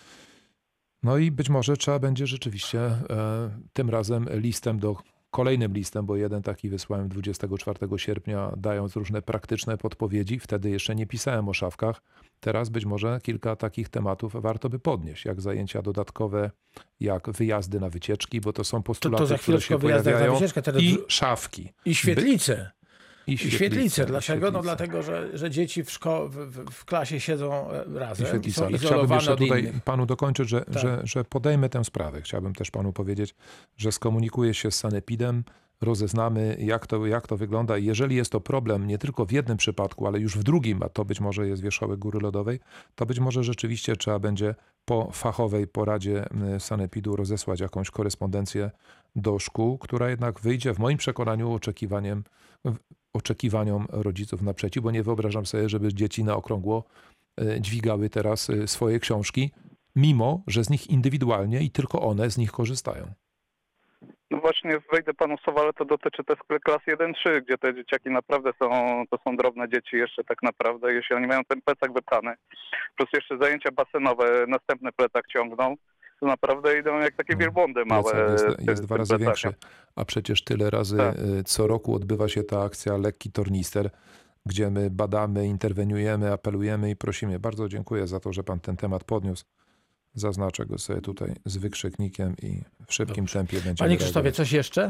No i być może trzeba będzie rzeczywiście e, tym razem listem do Kolejnym listem, bo jeden taki wysłałem dwudziestego czwartego sierpnia, dając różne praktyczne podpowiedzi. Wtedy jeszcze nie pisałem o szafkach. Teraz być może kilka takich tematów warto by podnieść, jak zajęcia dodatkowe, jak wyjazdy na wycieczki, bo to są postulaty, to, to za które się pojawiają, na wycieczkę, teraz... i szafki. I świetlice. I I świetlice. świetlice. Dlaczego? Świetlice. No dlatego, że, że dzieci w, szko- w, w klasie siedzą razem. I świetlice. Są Ale chciałbym izolowane jeszcze od tutaj innych. panu dokończyć, że, Tak. że, że podejmę tę sprawę. Chciałbym też panu powiedzieć, że skomunikuję się z sanepidem, rozeznamy, jak to, jak to wygląda. I jeżeli jest to problem nie tylko w jednym przypadku, ale już w drugim, a to być może jest wierzchołek góry lodowej, to być może rzeczywiście trzeba będzie po fachowej poradzie sanepidu rozesłać jakąś korespondencję do szkół, która jednak wyjdzie w moim przekonaniu oczekiwaniem, oczekiwaniom rodziców naprzeciw, bo nie wyobrażam sobie, żeby dzieci na okrągło dźwigały teraz swoje książki, mimo że z nich indywidualnie i tylko one z nich korzystają. No właśnie wejdę panu słowa, ale to dotyczy też klas jeden trzy, gdzie te dzieciaki naprawdę są, to są drobne dzieci jeszcze tak naprawdę, jeśli oni mają ten plecak wypchany, plus jeszcze zajęcia basenowe, następny plecak ciągną, to naprawdę idą jak takie wielbłądy małe. Plecak jest, jest z dwa tym razy plecakiem. większy, a przecież tyle razy Tak. co roku odbywa się ta akcja Lekki Tornister, gdzie my badamy, interweniujemy, apelujemy i prosimy. Bardzo dziękuję za to, że pan ten temat podniósł. Zaznaczę go sobie tutaj z wykrzyknikiem i w szybkim Dobrze. tempie będziemy Panie Krzysztofie, reagować. coś jeszcze?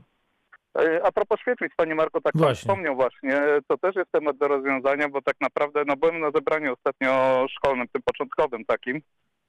A propos świetlic, panie Marko, tak pan Właśnie. wspomniał właśnie, to też jest temat do rozwiązania, bo tak naprawdę, no byłem na zebraniu ostatnio szkolnym, tym początkowym takim.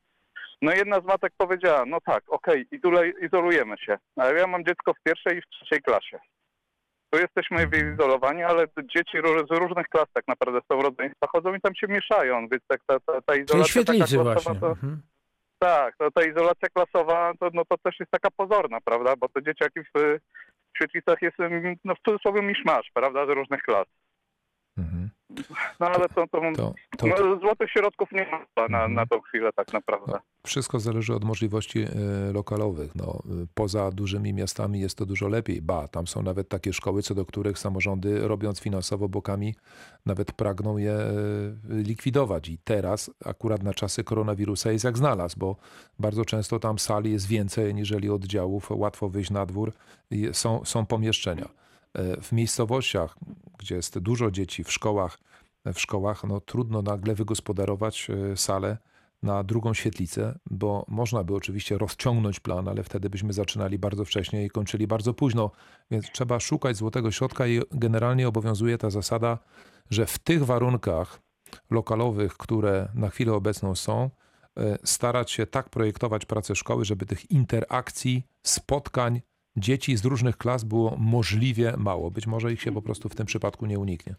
No jedna z matek powiedziała, no tak, okej, okay, izolujemy się, ale ja mam dziecko w pierwszej i w trzeciej klasie. Tu jesteśmy wyizolowani, ale dzieci z różnych klas tak naprawdę z tą rodzeństwa chodzą i tam się mieszają, więc tak ta, ta, ta Czyli izolacja świetlicy taka właśnie. klasowa, to, Mhm. tak, to ta izolacja klasowa to, no, to też jest taka pozorna, prawda, bo te dzieciaki w, w świetlicach jest, no w cudzysłowie miszmasz, prawda, z różnych klas. Mhm. No ale to, to, To, to, no, złotych środków nie ma na, Mhm. na tą chwilę tak naprawdę. No, wszystko zależy od możliwości e, lokalowych. No, e, poza dużymi miastami jest to dużo lepiej. Ba, tam są nawet takie szkoły, co do których samorządy, robiąc finansowo bokami, nawet pragną je e, likwidować. I teraz akurat na czasy koronawirusa jest jak znalazł, bo bardzo często tam sali jest więcej niżeli oddziałów, łatwo wyjść na dwór i są, są pomieszczenia. E, w miejscowościach, gdzie jest dużo dzieci, w szkołach, w szkołach, no trudno nagle wygospodarować e, salę na drugą świetlicę, bo można by oczywiście rozciągnąć plan, ale wtedy byśmy zaczynali bardzo wcześnie i kończyli bardzo późno, więc trzeba szukać złotego środka i generalnie obowiązuje ta zasada, że w tych warunkach lokalowych, które na chwilę obecną są, starać się tak projektować pracę szkoły, żeby tych interakcji, spotkań dzieci z różnych klas było możliwie mało. Być może ich się po prostu w tym przypadku nie uniknie.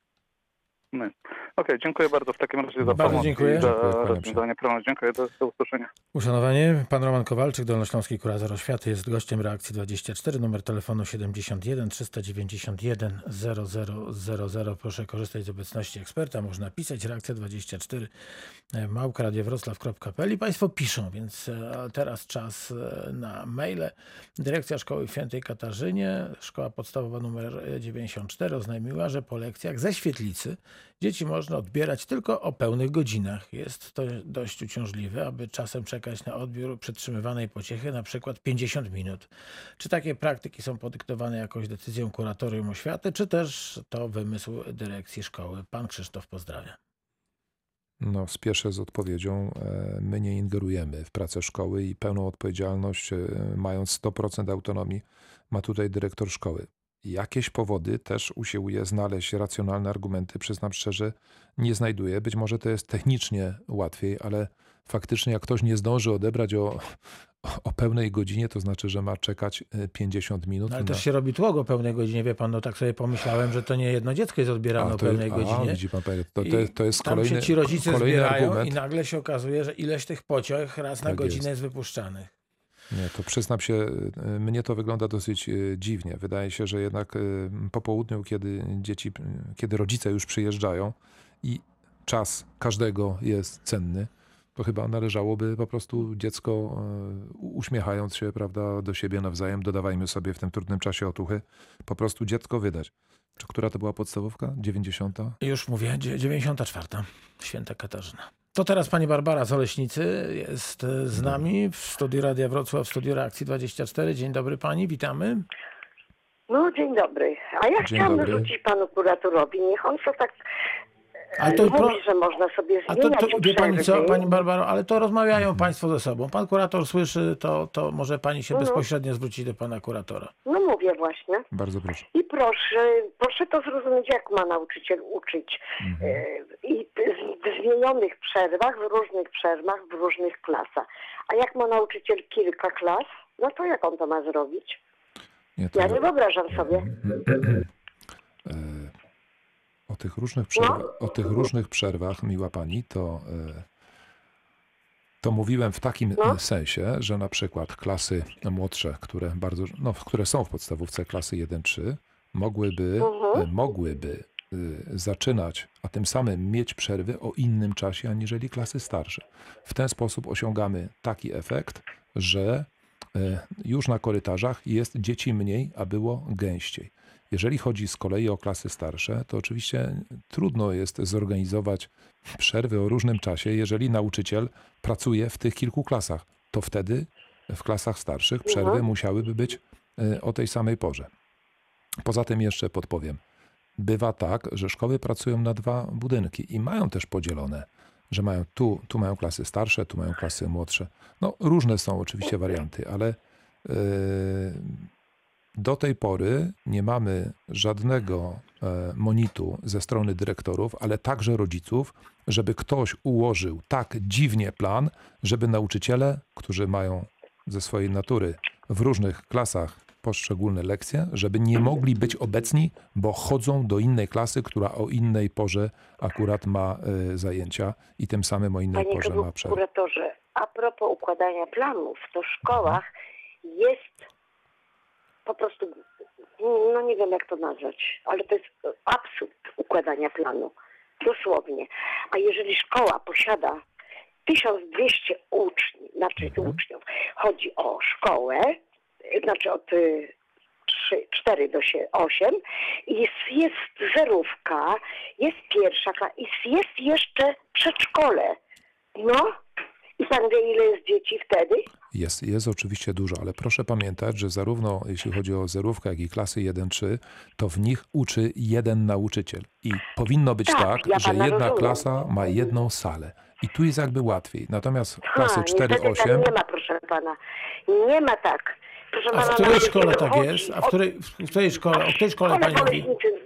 No. Okej, okay, dziękuję bardzo w takim razie za Bardzo pomoc dziękuję. i za Dziękuję, kłaniam się. rozwiązanie problemu. Dziękuję, do, do usłyszenia. Uszanowanie. Pan Roman Kowalczyk, Dolnośląski Kurator Oświaty, jest gościem reakcji dwadzieścia cztery, numer telefonu siedemdziesiąt jeden trzysta dziewięćdziesiąt jeden zero zero zero zero. Proszę korzystać z obecności eksperta. Można pisać reakcja dwadzieścia cztery małpa radio wrocław kropka p l i Państwo piszą, więc teraz czas na maile. Dyrekcja Szkoły w Świętej Katarzynie, szkoła podstawowa numer dziewięćdziesiąt cztery, oznajmiła, że po lekcjach ze świetlicy dzieci można odbierać tylko o pełnych godzinach. Jest to dość uciążliwe, aby czasem czekać na odbiór przetrzymywanej pociechy na przykład pięćdziesiąt minut. Czy takie praktyki są podyktowane jakąś decyzją kuratorium oświaty, czy też to wymysł dyrekcji szkoły? Pan Krzysztof pozdrawia. No, spieszę z odpowiedzią. My nie ingerujemy w pracę szkoły i pełną odpowiedzialność, mając sto procent autonomii, ma tutaj dyrektor szkoły. Jakieś powody też usiłuje znaleźć racjonalne argumenty. Przyznam szczerze, nie znajduję. Być może to jest technicznie łatwiej, ale faktycznie jak ktoś nie zdąży odebrać o, o pełnej godzinie, to znaczy, że ma czekać pięćdziesiąt minut. No, ale na... też się robi tłog o pełnej godzinie, wie pan, no tak sobie pomyślałem, że to nie jedno dziecko jest odbierane o to pełnej jest, godzinie. A, widzi pan, panie, to, to, to jest tam kolejny, się ci rodzice kolejny zbierają argument. i nagle się okazuje, że ileś tych pociech raz na Tak godzinę jest. jest wypuszczanych. Nie, to przyznam się, mnie to wygląda dosyć dziwnie. Wydaje się, że jednak po południu, kiedy dzieci, kiedy rodzice już przyjeżdżają i czas każdego jest cenny, to chyba należałoby po prostu dziecko, uśmiechając się, prawda, do siebie nawzajem, dodawajmy sobie w tym trudnym czasie otuchy, po prostu dziecko wydać. Czy która to była podstawówka? dziewięćdziesiąta? Już mówię, dziewięćdziesiąta czwarta. Święta Katarzyna. To teraz pani Barbara z Oleśnicy jest z nami w studiu Radia Wrocław, w studiu Reakcji dwadzieścia cztery. Dzień dobry pani, witamy. No dzień dobry. A ja Dzień chciałam dobry. rzucić panu kuratorowi. Niech on co tak Ale to mówi, pro- że można sobie A to, zmieniać to wie pani co, przerwy. pani Barbaro, ale to rozmawiają państwo ze sobą. Pan kurator słyszy, to, to może pani się No. bezpośrednio zwrócić do pana kuratora. No mówię właśnie. Bardzo proszę. I proszę, proszę to zrozumieć, jak ma nauczyciel uczyć. Mhm. E, I w, w zmienionych przerwach, w różnych przerwach, w różnych klasach. A jak ma nauczyciel kilka klas, no to jak on to ma zrobić? Nie, to Ja nie wyobrażam sobie. e, o tych różnych przerwach, o tych różnych przerwach, miła pani, to, e, to mówiłem w takim No. sensie, że na przykład klasy młodsze, które bardzo, no, które są w podstawówce klasy jeden trzy, mogłyby, Mhm. e, mogłyby e, zaczynać, a tym samym mieć przerwy o innym czasie, aniżeli klasy starsze. W ten sposób osiągamy taki efekt, że e, już na korytarzach jest dzieci mniej, a było gęściej. Jeżeli chodzi z kolei o klasy starsze, to oczywiście trudno jest zorganizować przerwy o różnym czasie, jeżeli nauczyciel pracuje w tych kilku klasach. To wtedy w klasach starszych przerwy Mhm. musiałyby być e, o tej samej porze. Poza tym jeszcze podpowiem. Bywa tak, że szkoły pracują na dwa budynki i mają też podzielone, że mają tu, tu mają klasy starsze, tu mają klasy młodsze. No różne są oczywiście warianty, ale yy, do tej pory nie mamy żadnego e, monitu ze strony dyrektorów, ale także rodziców, żeby ktoś ułożył tak dziwnie plan, żeby nauczyciele, którzy mają ze swojej natury w różnych klasach poszczególne lekcje, żeby nie mogli być obecni, bo chodzą do innej klasy, która o innej porze akurat ma y, zajęcia i tym samym o innej Panie porze ma przerwę. kuratorze, a propos układania planów, to w szkołach jest po prostu, no nie wiem jak to nazwać, ale to jest absurd układania planu. Dosłownie. A jeżeli szkoła posiada tysiąc dwieście uczniów, znaczy uczniów, chodzi o szkołę, znaczy od y, trzy, cztery do osiem, jest, jest zerówka, jest pierwsza klasa, jest jeszcze przedszkole. No i pan wie, ile jest dzieci wtedy? Jest, jest oczywiście dużo, ale proszę pamiętać, że zarówno jeśli chodzi o zerówkę, jak i klasy jeden trzy, to w nich uczy jeden nauczyciel. I powinno być Tak, tak, ja że pana jedna rozumiem. klasa ma jedną salę. I tu jest jakby łatwiej. Natomiast klasy Ha, cztery niestety osiem... tak nie ma, proszę pana. Nie ma tak. Proszę A w pana, której nawet szkole nie tak chodzi jest? A w o- której, w której szkole, o której szkole Szkole pani w mówi? Oleśnicy.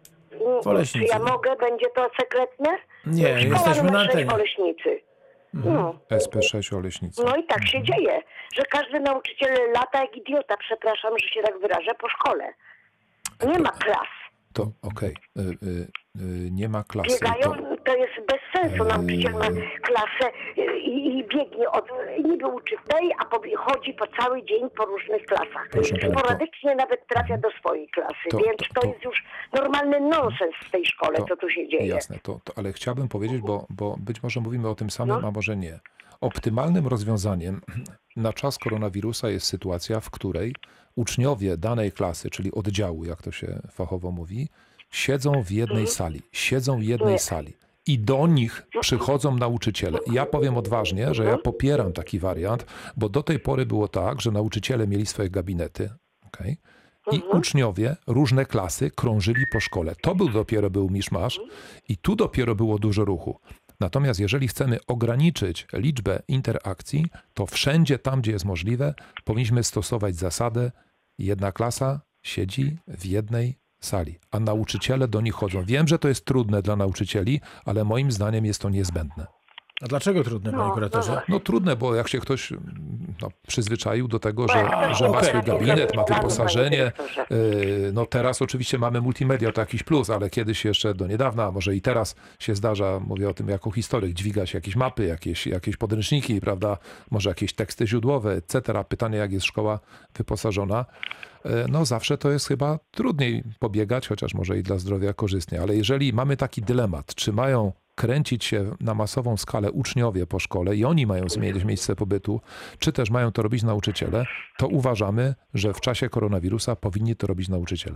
W Oleśnicy. Czy ja mogę? Będzie to sekretne? Nie, Szkoła jesteśmy numer na sześć w antenie. Oleśnicy. No. S P sześć Oleśnica. No i tak się dzieje, że każdy nauczyciel lata jak idiota, przepraszam, że się tak wyrażę, po szkole. Nie ma klas. To okej. Y, y, y, nie ma klasy. Biegają, To, to jest bez sensu. Nauczyciel ma Eee. klasę y, i, i biegnie od, niby uczy w tej, a po, chodzi po cały dzień po różnych klasach. Proszę pani, to- Sporadycznie nawet trafia do swojej klasy, To- więc to- to, to- jest już normalny nonsens w tej szkole, to- co tu się dzieje. jasne, to, to, ale chciałbym powiedzieć, bo, bo być może mówimy o tym samym, No. a może nie. Optymalnym rozwiązaniem na czas koronawirusa jest sytuacja, w której uczniowie danej klasy, czyli oddziału, jak to się fachowo mówi, siedzą w jednej sali, siedzą w jednej Nie. sali i do nich przychodzą nauczyciele. I ja powiem odważnie, że ja popieram taki wariant, bo do tej pory było tak, że nauczyciele mieli swoje gabinety, okej? I uczniowie, różne klasy krążyli po szkole. To był dopiero był miszmasz i tu dopiero było dużo ruchu. Natomiast jeżeli chcemy ograniczyć liczbę interakcji, to wszędzie tam, gdzie jest możliwe, powinniśmy stosować zasadę jedna klasa siedzi w jednej sali, a nauczyciele do nich chodzą. Wiem, że to jest trudne dla nauczycieli, ale moim zdaniem jest to niezbędne. A dlaczego trudne, panie No, kuratorze? No trudne, bo jak się ktoś no, przyzwyczaił do tego, że, Tak, że ma okej. swój gabinet, ma Panie wyposażenie. dyrektorze. yy, No teraz oczywiście mamy multimedia, to jakiś plus, ale kiedyś jeszcze do niedawna, a może i teraz się zdarza, mówię o tym jako historyk, dźwiga się jakieś mapy, jakieś, jakieś podręczniki, prawda, może jakieś teksty źródłowe, et cetera. Pytanie, jak jest szkoła wyposażona. Yy, No zawsze to jest chyba trudniej pobiegać, chociaż może i dla zdrowia korzystnie, ale jeżeli mamy taki dylemat, czy mają kręcić się na masową skalę uczniowie po szkole i oni mają zmienić miejsce pobytu, czy też mają to robić nauczyciele, to uważamy, że w czasie koronawirusa powinni to robić nauczyciele.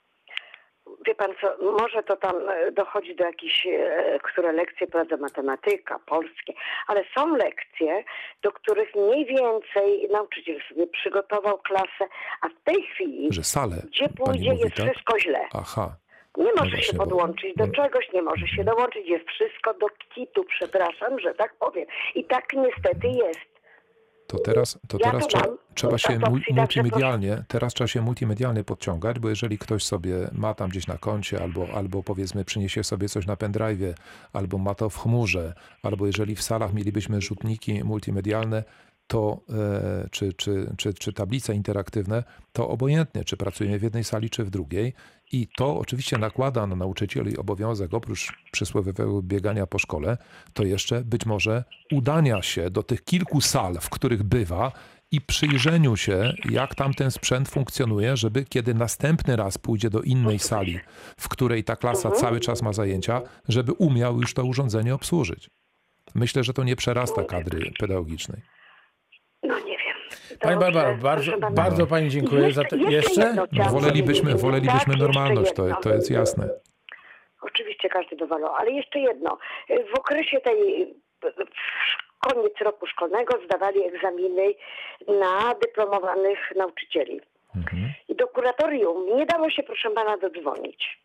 Wie pan co, może to tam e, dochodzi do jakichś, e, które lekcje prowadzą matematyka, polskie, ale są lekcje, do których mniej więcej nauczyciel sobie przygotował klasę, a w tej chwili, Że salę, gdzie pani pójdzie, mówi, jest tak? wszystko źle. Aha. Nie No może właśnie, się bo- podłączyć do bo- czegoś, nie może się dołączyć, jest wszystko do kitu, przepraszam, że tak powiem. I tak niestety jest. To teraz, to Ja teraz to trzeba, mam. trzeba się To mul- opcji, także multimedialnie, teraz trzeba się multimedialnie podciągać, bo jeżeli ktoś sobie ma tam gdzieś na koncie, albo, albo powiedzmy przyniesie sobie coś na pendrive'ie, albo ma to w chmurze, albo jeżeli w salach mielibyśmy rzutniki multimedialne, to, czy, czy, czy, czy tablice interaktywne, to obojętnie, czy pracujemy w jednej sali, czy w drugiej. I to oczywiście nakłada na nauczycieli obowiązek, oprócz przysłowiowego biegania po szkole, to jeszcze być może udania się do tych kilku sal, w których bywa, i przyjrzeniu się, jak tam ten sprzęt funkcjonuje, żeby kiedy następny raz pójdzie do innej sali, w której ta klasa cały czas ma zajęcia, żeby umiał już to urządzenie obsłużyć. Myślę, że to nie przerasta kadry pedagogicznej. No nie wiem. Pani Barbaro, bardzo, bardzo Pani dziękuję za to. Jeszcze? No, wolelibyśmy, wolelibyśmy Tak, normalność, to, jedno. to jest jasne. Oczywiście każdy dowalał, ale jeszcze jedno. W okresie tej, w koniec roku szkolnego zdawali egzaminy na dyplomowanych nauczycieli. Mhm. I do kuratorium nie dało się, proszę pana, dodzwonić.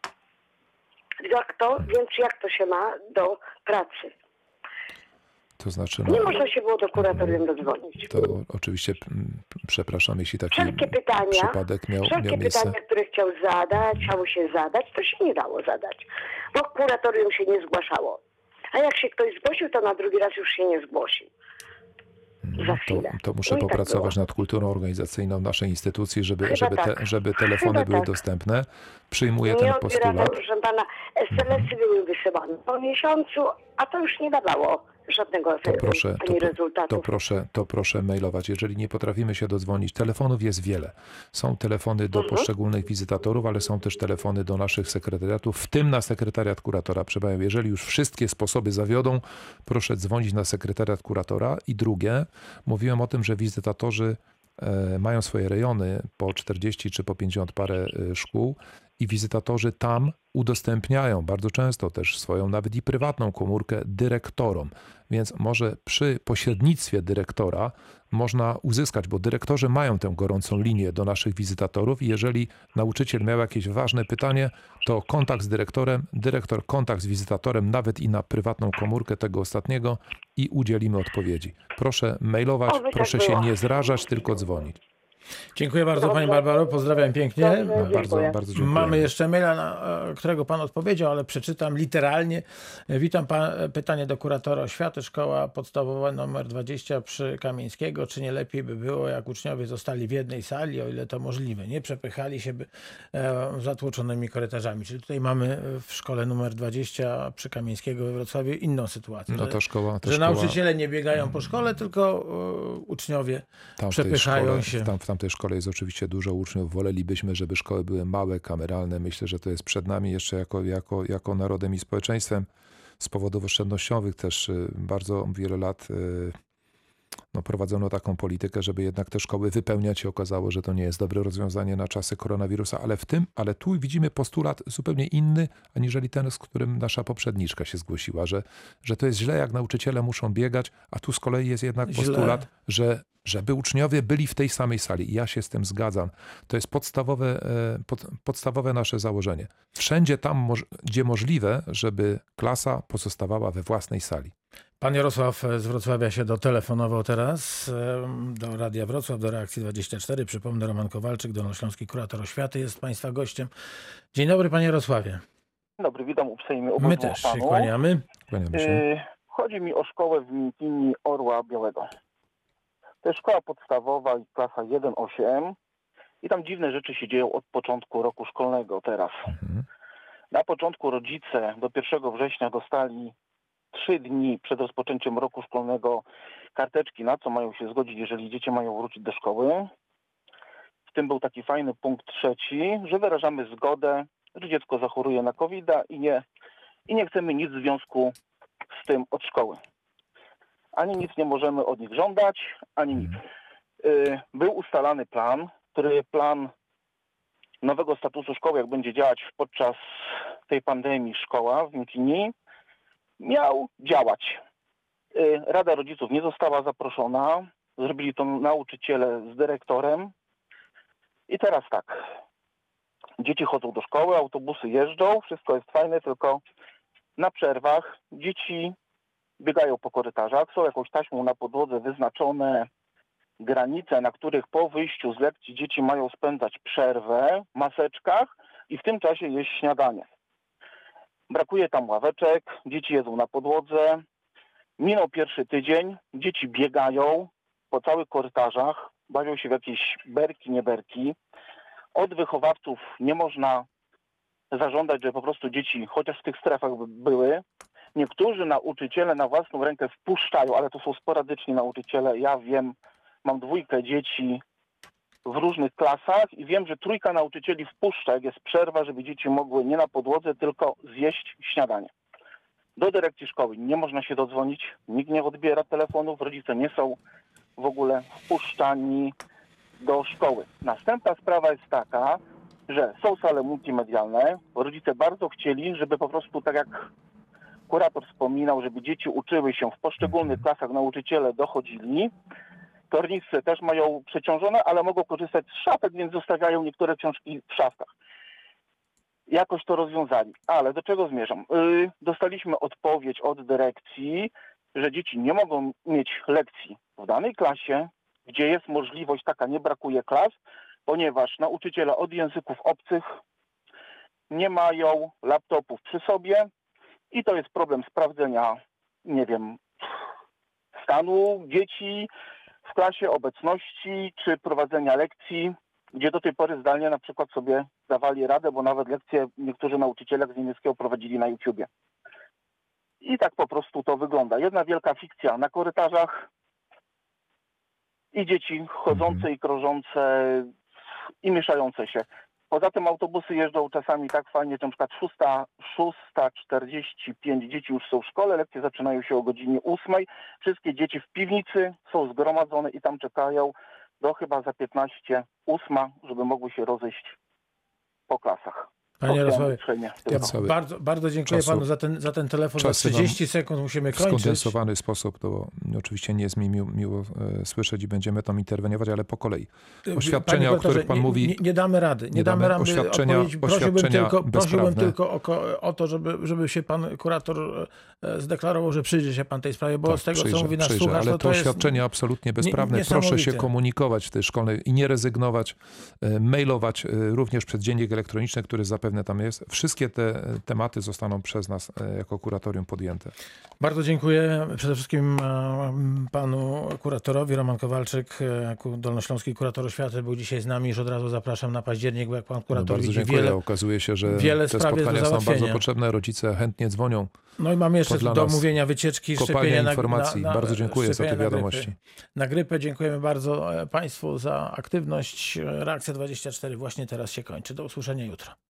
Jak to, więc jak to się ma do pracy? To znaczy, Nie no, można się było do kuratorium dodzwonić. to oczywiście, mm, przepraszam, jeśli taki Wszelkie pytania, przypadek miał, wszelkie miał miejsce. pytania, które chciał zadać, chciało się zadać, to się nie dało zadać, bo kuratorium się nie zgłaszało. A jak się ktoś zgłosił, to na drugi raz już się nie zgłosił. Za To, chwilę. to muszę No i tak popracować było. nad kulturą organizacyjną naszej instytucji, żeby, Chyba żeby, te, tak. żeby telefony Chyba były tak. dostępne. Przyjmuję Nie ten odbierano, postulat. proszę pana, es em esy były wysyłane po miesiącu, a to już nie dawało żadnego To efektu proszę, to, ani to, rezultatu. to, proszę, to proszę mailować. Jeżeli nie potrafimy się dodzwonić, telefonów jest wiele. Są telefony do Mhm. poszczególnych wizytatorów, ale są też telefony do naszych sekretariatów, w tym na sekretariat kuratora. Przepraszam, jeżeli już wszystkie sposoby zawiodą, proszę dzwonić na sekretariat kuratora. I drugie, mówiłem o tym, że wizytatorzy e, mają swoje rejony po czterdzieści czy po pięćdziesiąt parę e, szkół i wizytatorzy tam udostępniają bardzo często też swoją nawet i prywatną komórkę dyrektorom. Więc może przy pośrednictwie dyrektora można uzyskać, bo dyrektorzy mają tę gorącą linię do naszych wizytatorów i jeżeli nauczyciel miał jakieś ważne pytanie, to kontakt z dyrektorem, dyrektor kontakt z wizytatorem, nawet i na prywatną komórkę tego ostatniego i udzielimy odpowiedzi. Proszę mailować, Oby tak proszę się było. nie zrażać, tylko dzwonić. Dziękuję bardzo Dobrze. Pani Barbaro, pozdrawiam pięknie. Dobrze. No, bardzo, Dziękuję. bardzo dziękuję. Mamy jeszcze maila, na e, którego Pan odpowiedział, ale przeczytam literalnie. E, Witam Pan, e, pytanie do kuratora oświaty, szkoła podstawowa numer dwadzieścia przy Kamieńskiego. Czy nie lepiej by było, jak uczniowie zostali w jednej sali, o ile to możliwe? Nie przepychali się by e, zatłoczonymi korytarzami. Czyli tutaj mamy w szkole numer dwadzieścia przy Kamieńskiego we Wrocławiu inną sytuację. No że, to szkoła, to że szkoła nauczyciele nie biegają po szkole, tylko e, uczniowie tam w tej przepychają szkole, się. Tam, w tamtej szkole jest oczywiście dużo uczniów. Wolelibyśmy, żeby szkoły były małe, kameralne. Myślę, że to jest przed nami jeszcze jako, jako, jako narodem i społeczeństwem. Z powodów oszczędnościowych też y, bardzo wiele lat y, no, prowadzono taką politykę, żeby jednak te szkoły wypełniać się. Okazało, że to nie jest dobre rozwiązanie na czasy koronawirusa, ale w tym, ale tu widzimy postulat zupełnie inny, aniżeli ten, z którym nasza poprzedniczka się zgłosiła, że, że to jest źle, jak nauczyciele muszą biegać, a tu z kolei jest jednak Źle. postulat, że żeby uczniowie byli w tej samej sali. I ja się z tym zgadzam. To jest podstawowe, e, pod, podstawowe nasze założenie. Wszędzie tam, moż, gdzie możliwe, żeby klasa pozostawała we własnej sali. Pan Jarosław z Wrocławia się dotelefonował teraz em, do Radia Wrocław, do Reakcji dwadzieścia cztery. Przypomnę, Roman Kowalczyk, dolnośląski kurator oświaty jest Państwa gościem. Dzień dobry, Panie Jarosławie. Dzień dobry, witam uprzejmie My obydwu też się panów. kłaniamy. Kłaniamy się. Y, Chodzi mi o szkołę w Miękini Orła Białego. To jest szkoła podstawowa i klasa jeden osiem i tam dziwne rzeczy się dzieją od początku roku szkolnego teraz. Mhm. Na początku rodzice do pierwszego września dostali trzy dni przed rozpoczęciem roku szkolnego karteczki, na co mają się zgodzić, jeżeli dzieci mają wrócić do szkoły. W tym był taki fajny punkt trzeci, że wyrażamy zgodę, że dziecko zachoruje na kowida i nie, i nie chcemy nic w związku z tym od szkoły. Ani nic nie możemy od nich żądać, ani nic. Y, Był ustalany plan, który plan nowego statusu szkoły, jak będzie działać podczas tej pandemii szkoła w Miękini, miał działać. Y, Rada Rodziców nie została zaproszona, zrobili to nauczyciele z dyrektorem. I teraz tak, dzieci chodzą do szkoły, autobusy jeżdżą, wszystko jest fajne, tylko na przerwach dzieci biegają po korytarzach, są jakąś taśmą na podłodze wyznaczone granice, na których po wyjściu z lekcji dzieci mają spędzać przerwę w maseczkach i w tym czasie jeść śniadanie. Brakuje tam ławeczek, dzieci jedzą na podłodze. Minął pierwszy tydzień, dzieci biegają, po całych korytarzach, bawią się w jakieś berki, nieberki. Od wychowawców nie można zażądać, że po prostu dzieci chociaż w tych strefach by- były. Niektórzy nauczyciele na własną rękę wpuszczają, ale to są sporadyczni nauczyciele. Ja wiem, mam dwójkę dzieci w różnych klasach i wiem, że trójka nauczycieli wpuszcza, jak jest przerwa, żeby dzieci mogły nie na podłodze, tylko zjeść śniadanie. Do dyrekcji szkoły nie można się dodzwonić, nikt nie odbiera telefonów, rodzice nie są w ogóle wpuszczani do szkoły. Następna sprawa jest taka, że są sale multimedialne. Rodzice bardzo chcieli, żeby po prostu, tak jak kurator wspominał, żeby dzieci uczyły się w poszczególnych klasach, nauczyciele dochodzili. Tornice też mają przeciążone, ale mogą korzystać z szafek, więc zostawiają niektóre książki w szafkach. Jakoś to rozwiązali. Ale do czego zmierzam? Yy, dostaliśmy odpowiedź od dyrekcji, że dzieci nie mogą mieć lekcji w danej klasie, gdzie jest możliwość taka, nie brakuje klas, ponieważ nauczyciele od języków obcych nie mają laptopów przy sobie i to jest problem sprawdzenia, nie wiem, stanu dzieci w klasie, obecności czy prowadzenia lekcji, gdzie do tej pory zdalnie na przykład sobie dawali radę, bo nawet lekcje niektórzy nauczyciele z niemieckiego prowadzili na YouTubie. I tak po prostu to wygląda. Jedna wielka fikcja na korytarzach i dzieci chodzące Mhm. i krążące i mieszające się. Poza tym autobusy jeżdżą czasami tak fajnie, że na przykład szósta czterdzieści pięć dzieci już są w szkole, lekcje zaczynają się o godzinie ósmej. Wszystkie dzieci w piwnicy są zgromadzone i tam czekają do chyba za piętnaście ósma, żeby mogły się rozejść po klasach. Panie To chciałem Jarosławie, uprzejmie ja tylko. Cały bardzo, bardzo dziękuję czasu- panu za ten, za ten telefon. Za czasy nam trzydzieści sekund musimy w kończyć. skondensowany sposób, to oczywiście nie jest mi miło, miło e, słyszeć i będziemy tam interweniować, ale po kolei. Oświadczenia, Panie o których kuratorze, pan nie, mówi, Nie, nie damy rady. Nie, nie damy damy. rady Oświadczenia- odpowiedzieć. Prosiłbym oświadczenia tylko, prosiłbym bezprawne. tylko o, ko- o to, żeby, żeby się pan kurator e, zdeklarował, że przyjdzie się pan tej sprawie, bo tak, z tego, przyjrzę, co mówi nasz przyjrzę, słuchacz, ale to, to to jest oświadczenie absolutnie bezprawne. Proszę niesamowite. się komunikować w tej szkolnej i nie rezygnować, e, mailować e, również przez dziennik elektroniczny, który zapewne tam jest. Wszystkie te e, tematy zostaną przez nas e, jako kuratorium podjęte. Bardzo dziękuję przede wszystkim e, panu kuratorowi. Roman Kowalczyk, e, ku- dolnośląski kurator oświaty, był dzisiaj z nami. Już od razu zapraszam na październik, bo jak pan No, kurator bardzo widzi dziękuję. wiele. Okazuje się, że wiele te spraw jest do spotkania są bardzo załatwienia. potrzebne. Rodzice chętnie dzwonią. No i mam jeszcze To dla do nas omówienia wycieczki, kopalnia szczepienia na, informacji. na, na Bardzo dziękuję za te szczepienia na grypę. wiadomości. Na grypę dziękujemy bardzo e, państwu za aktywność. Reakcja dwadzieścia cztery właśnie teraz się kończy. Do usłyszenia jutro.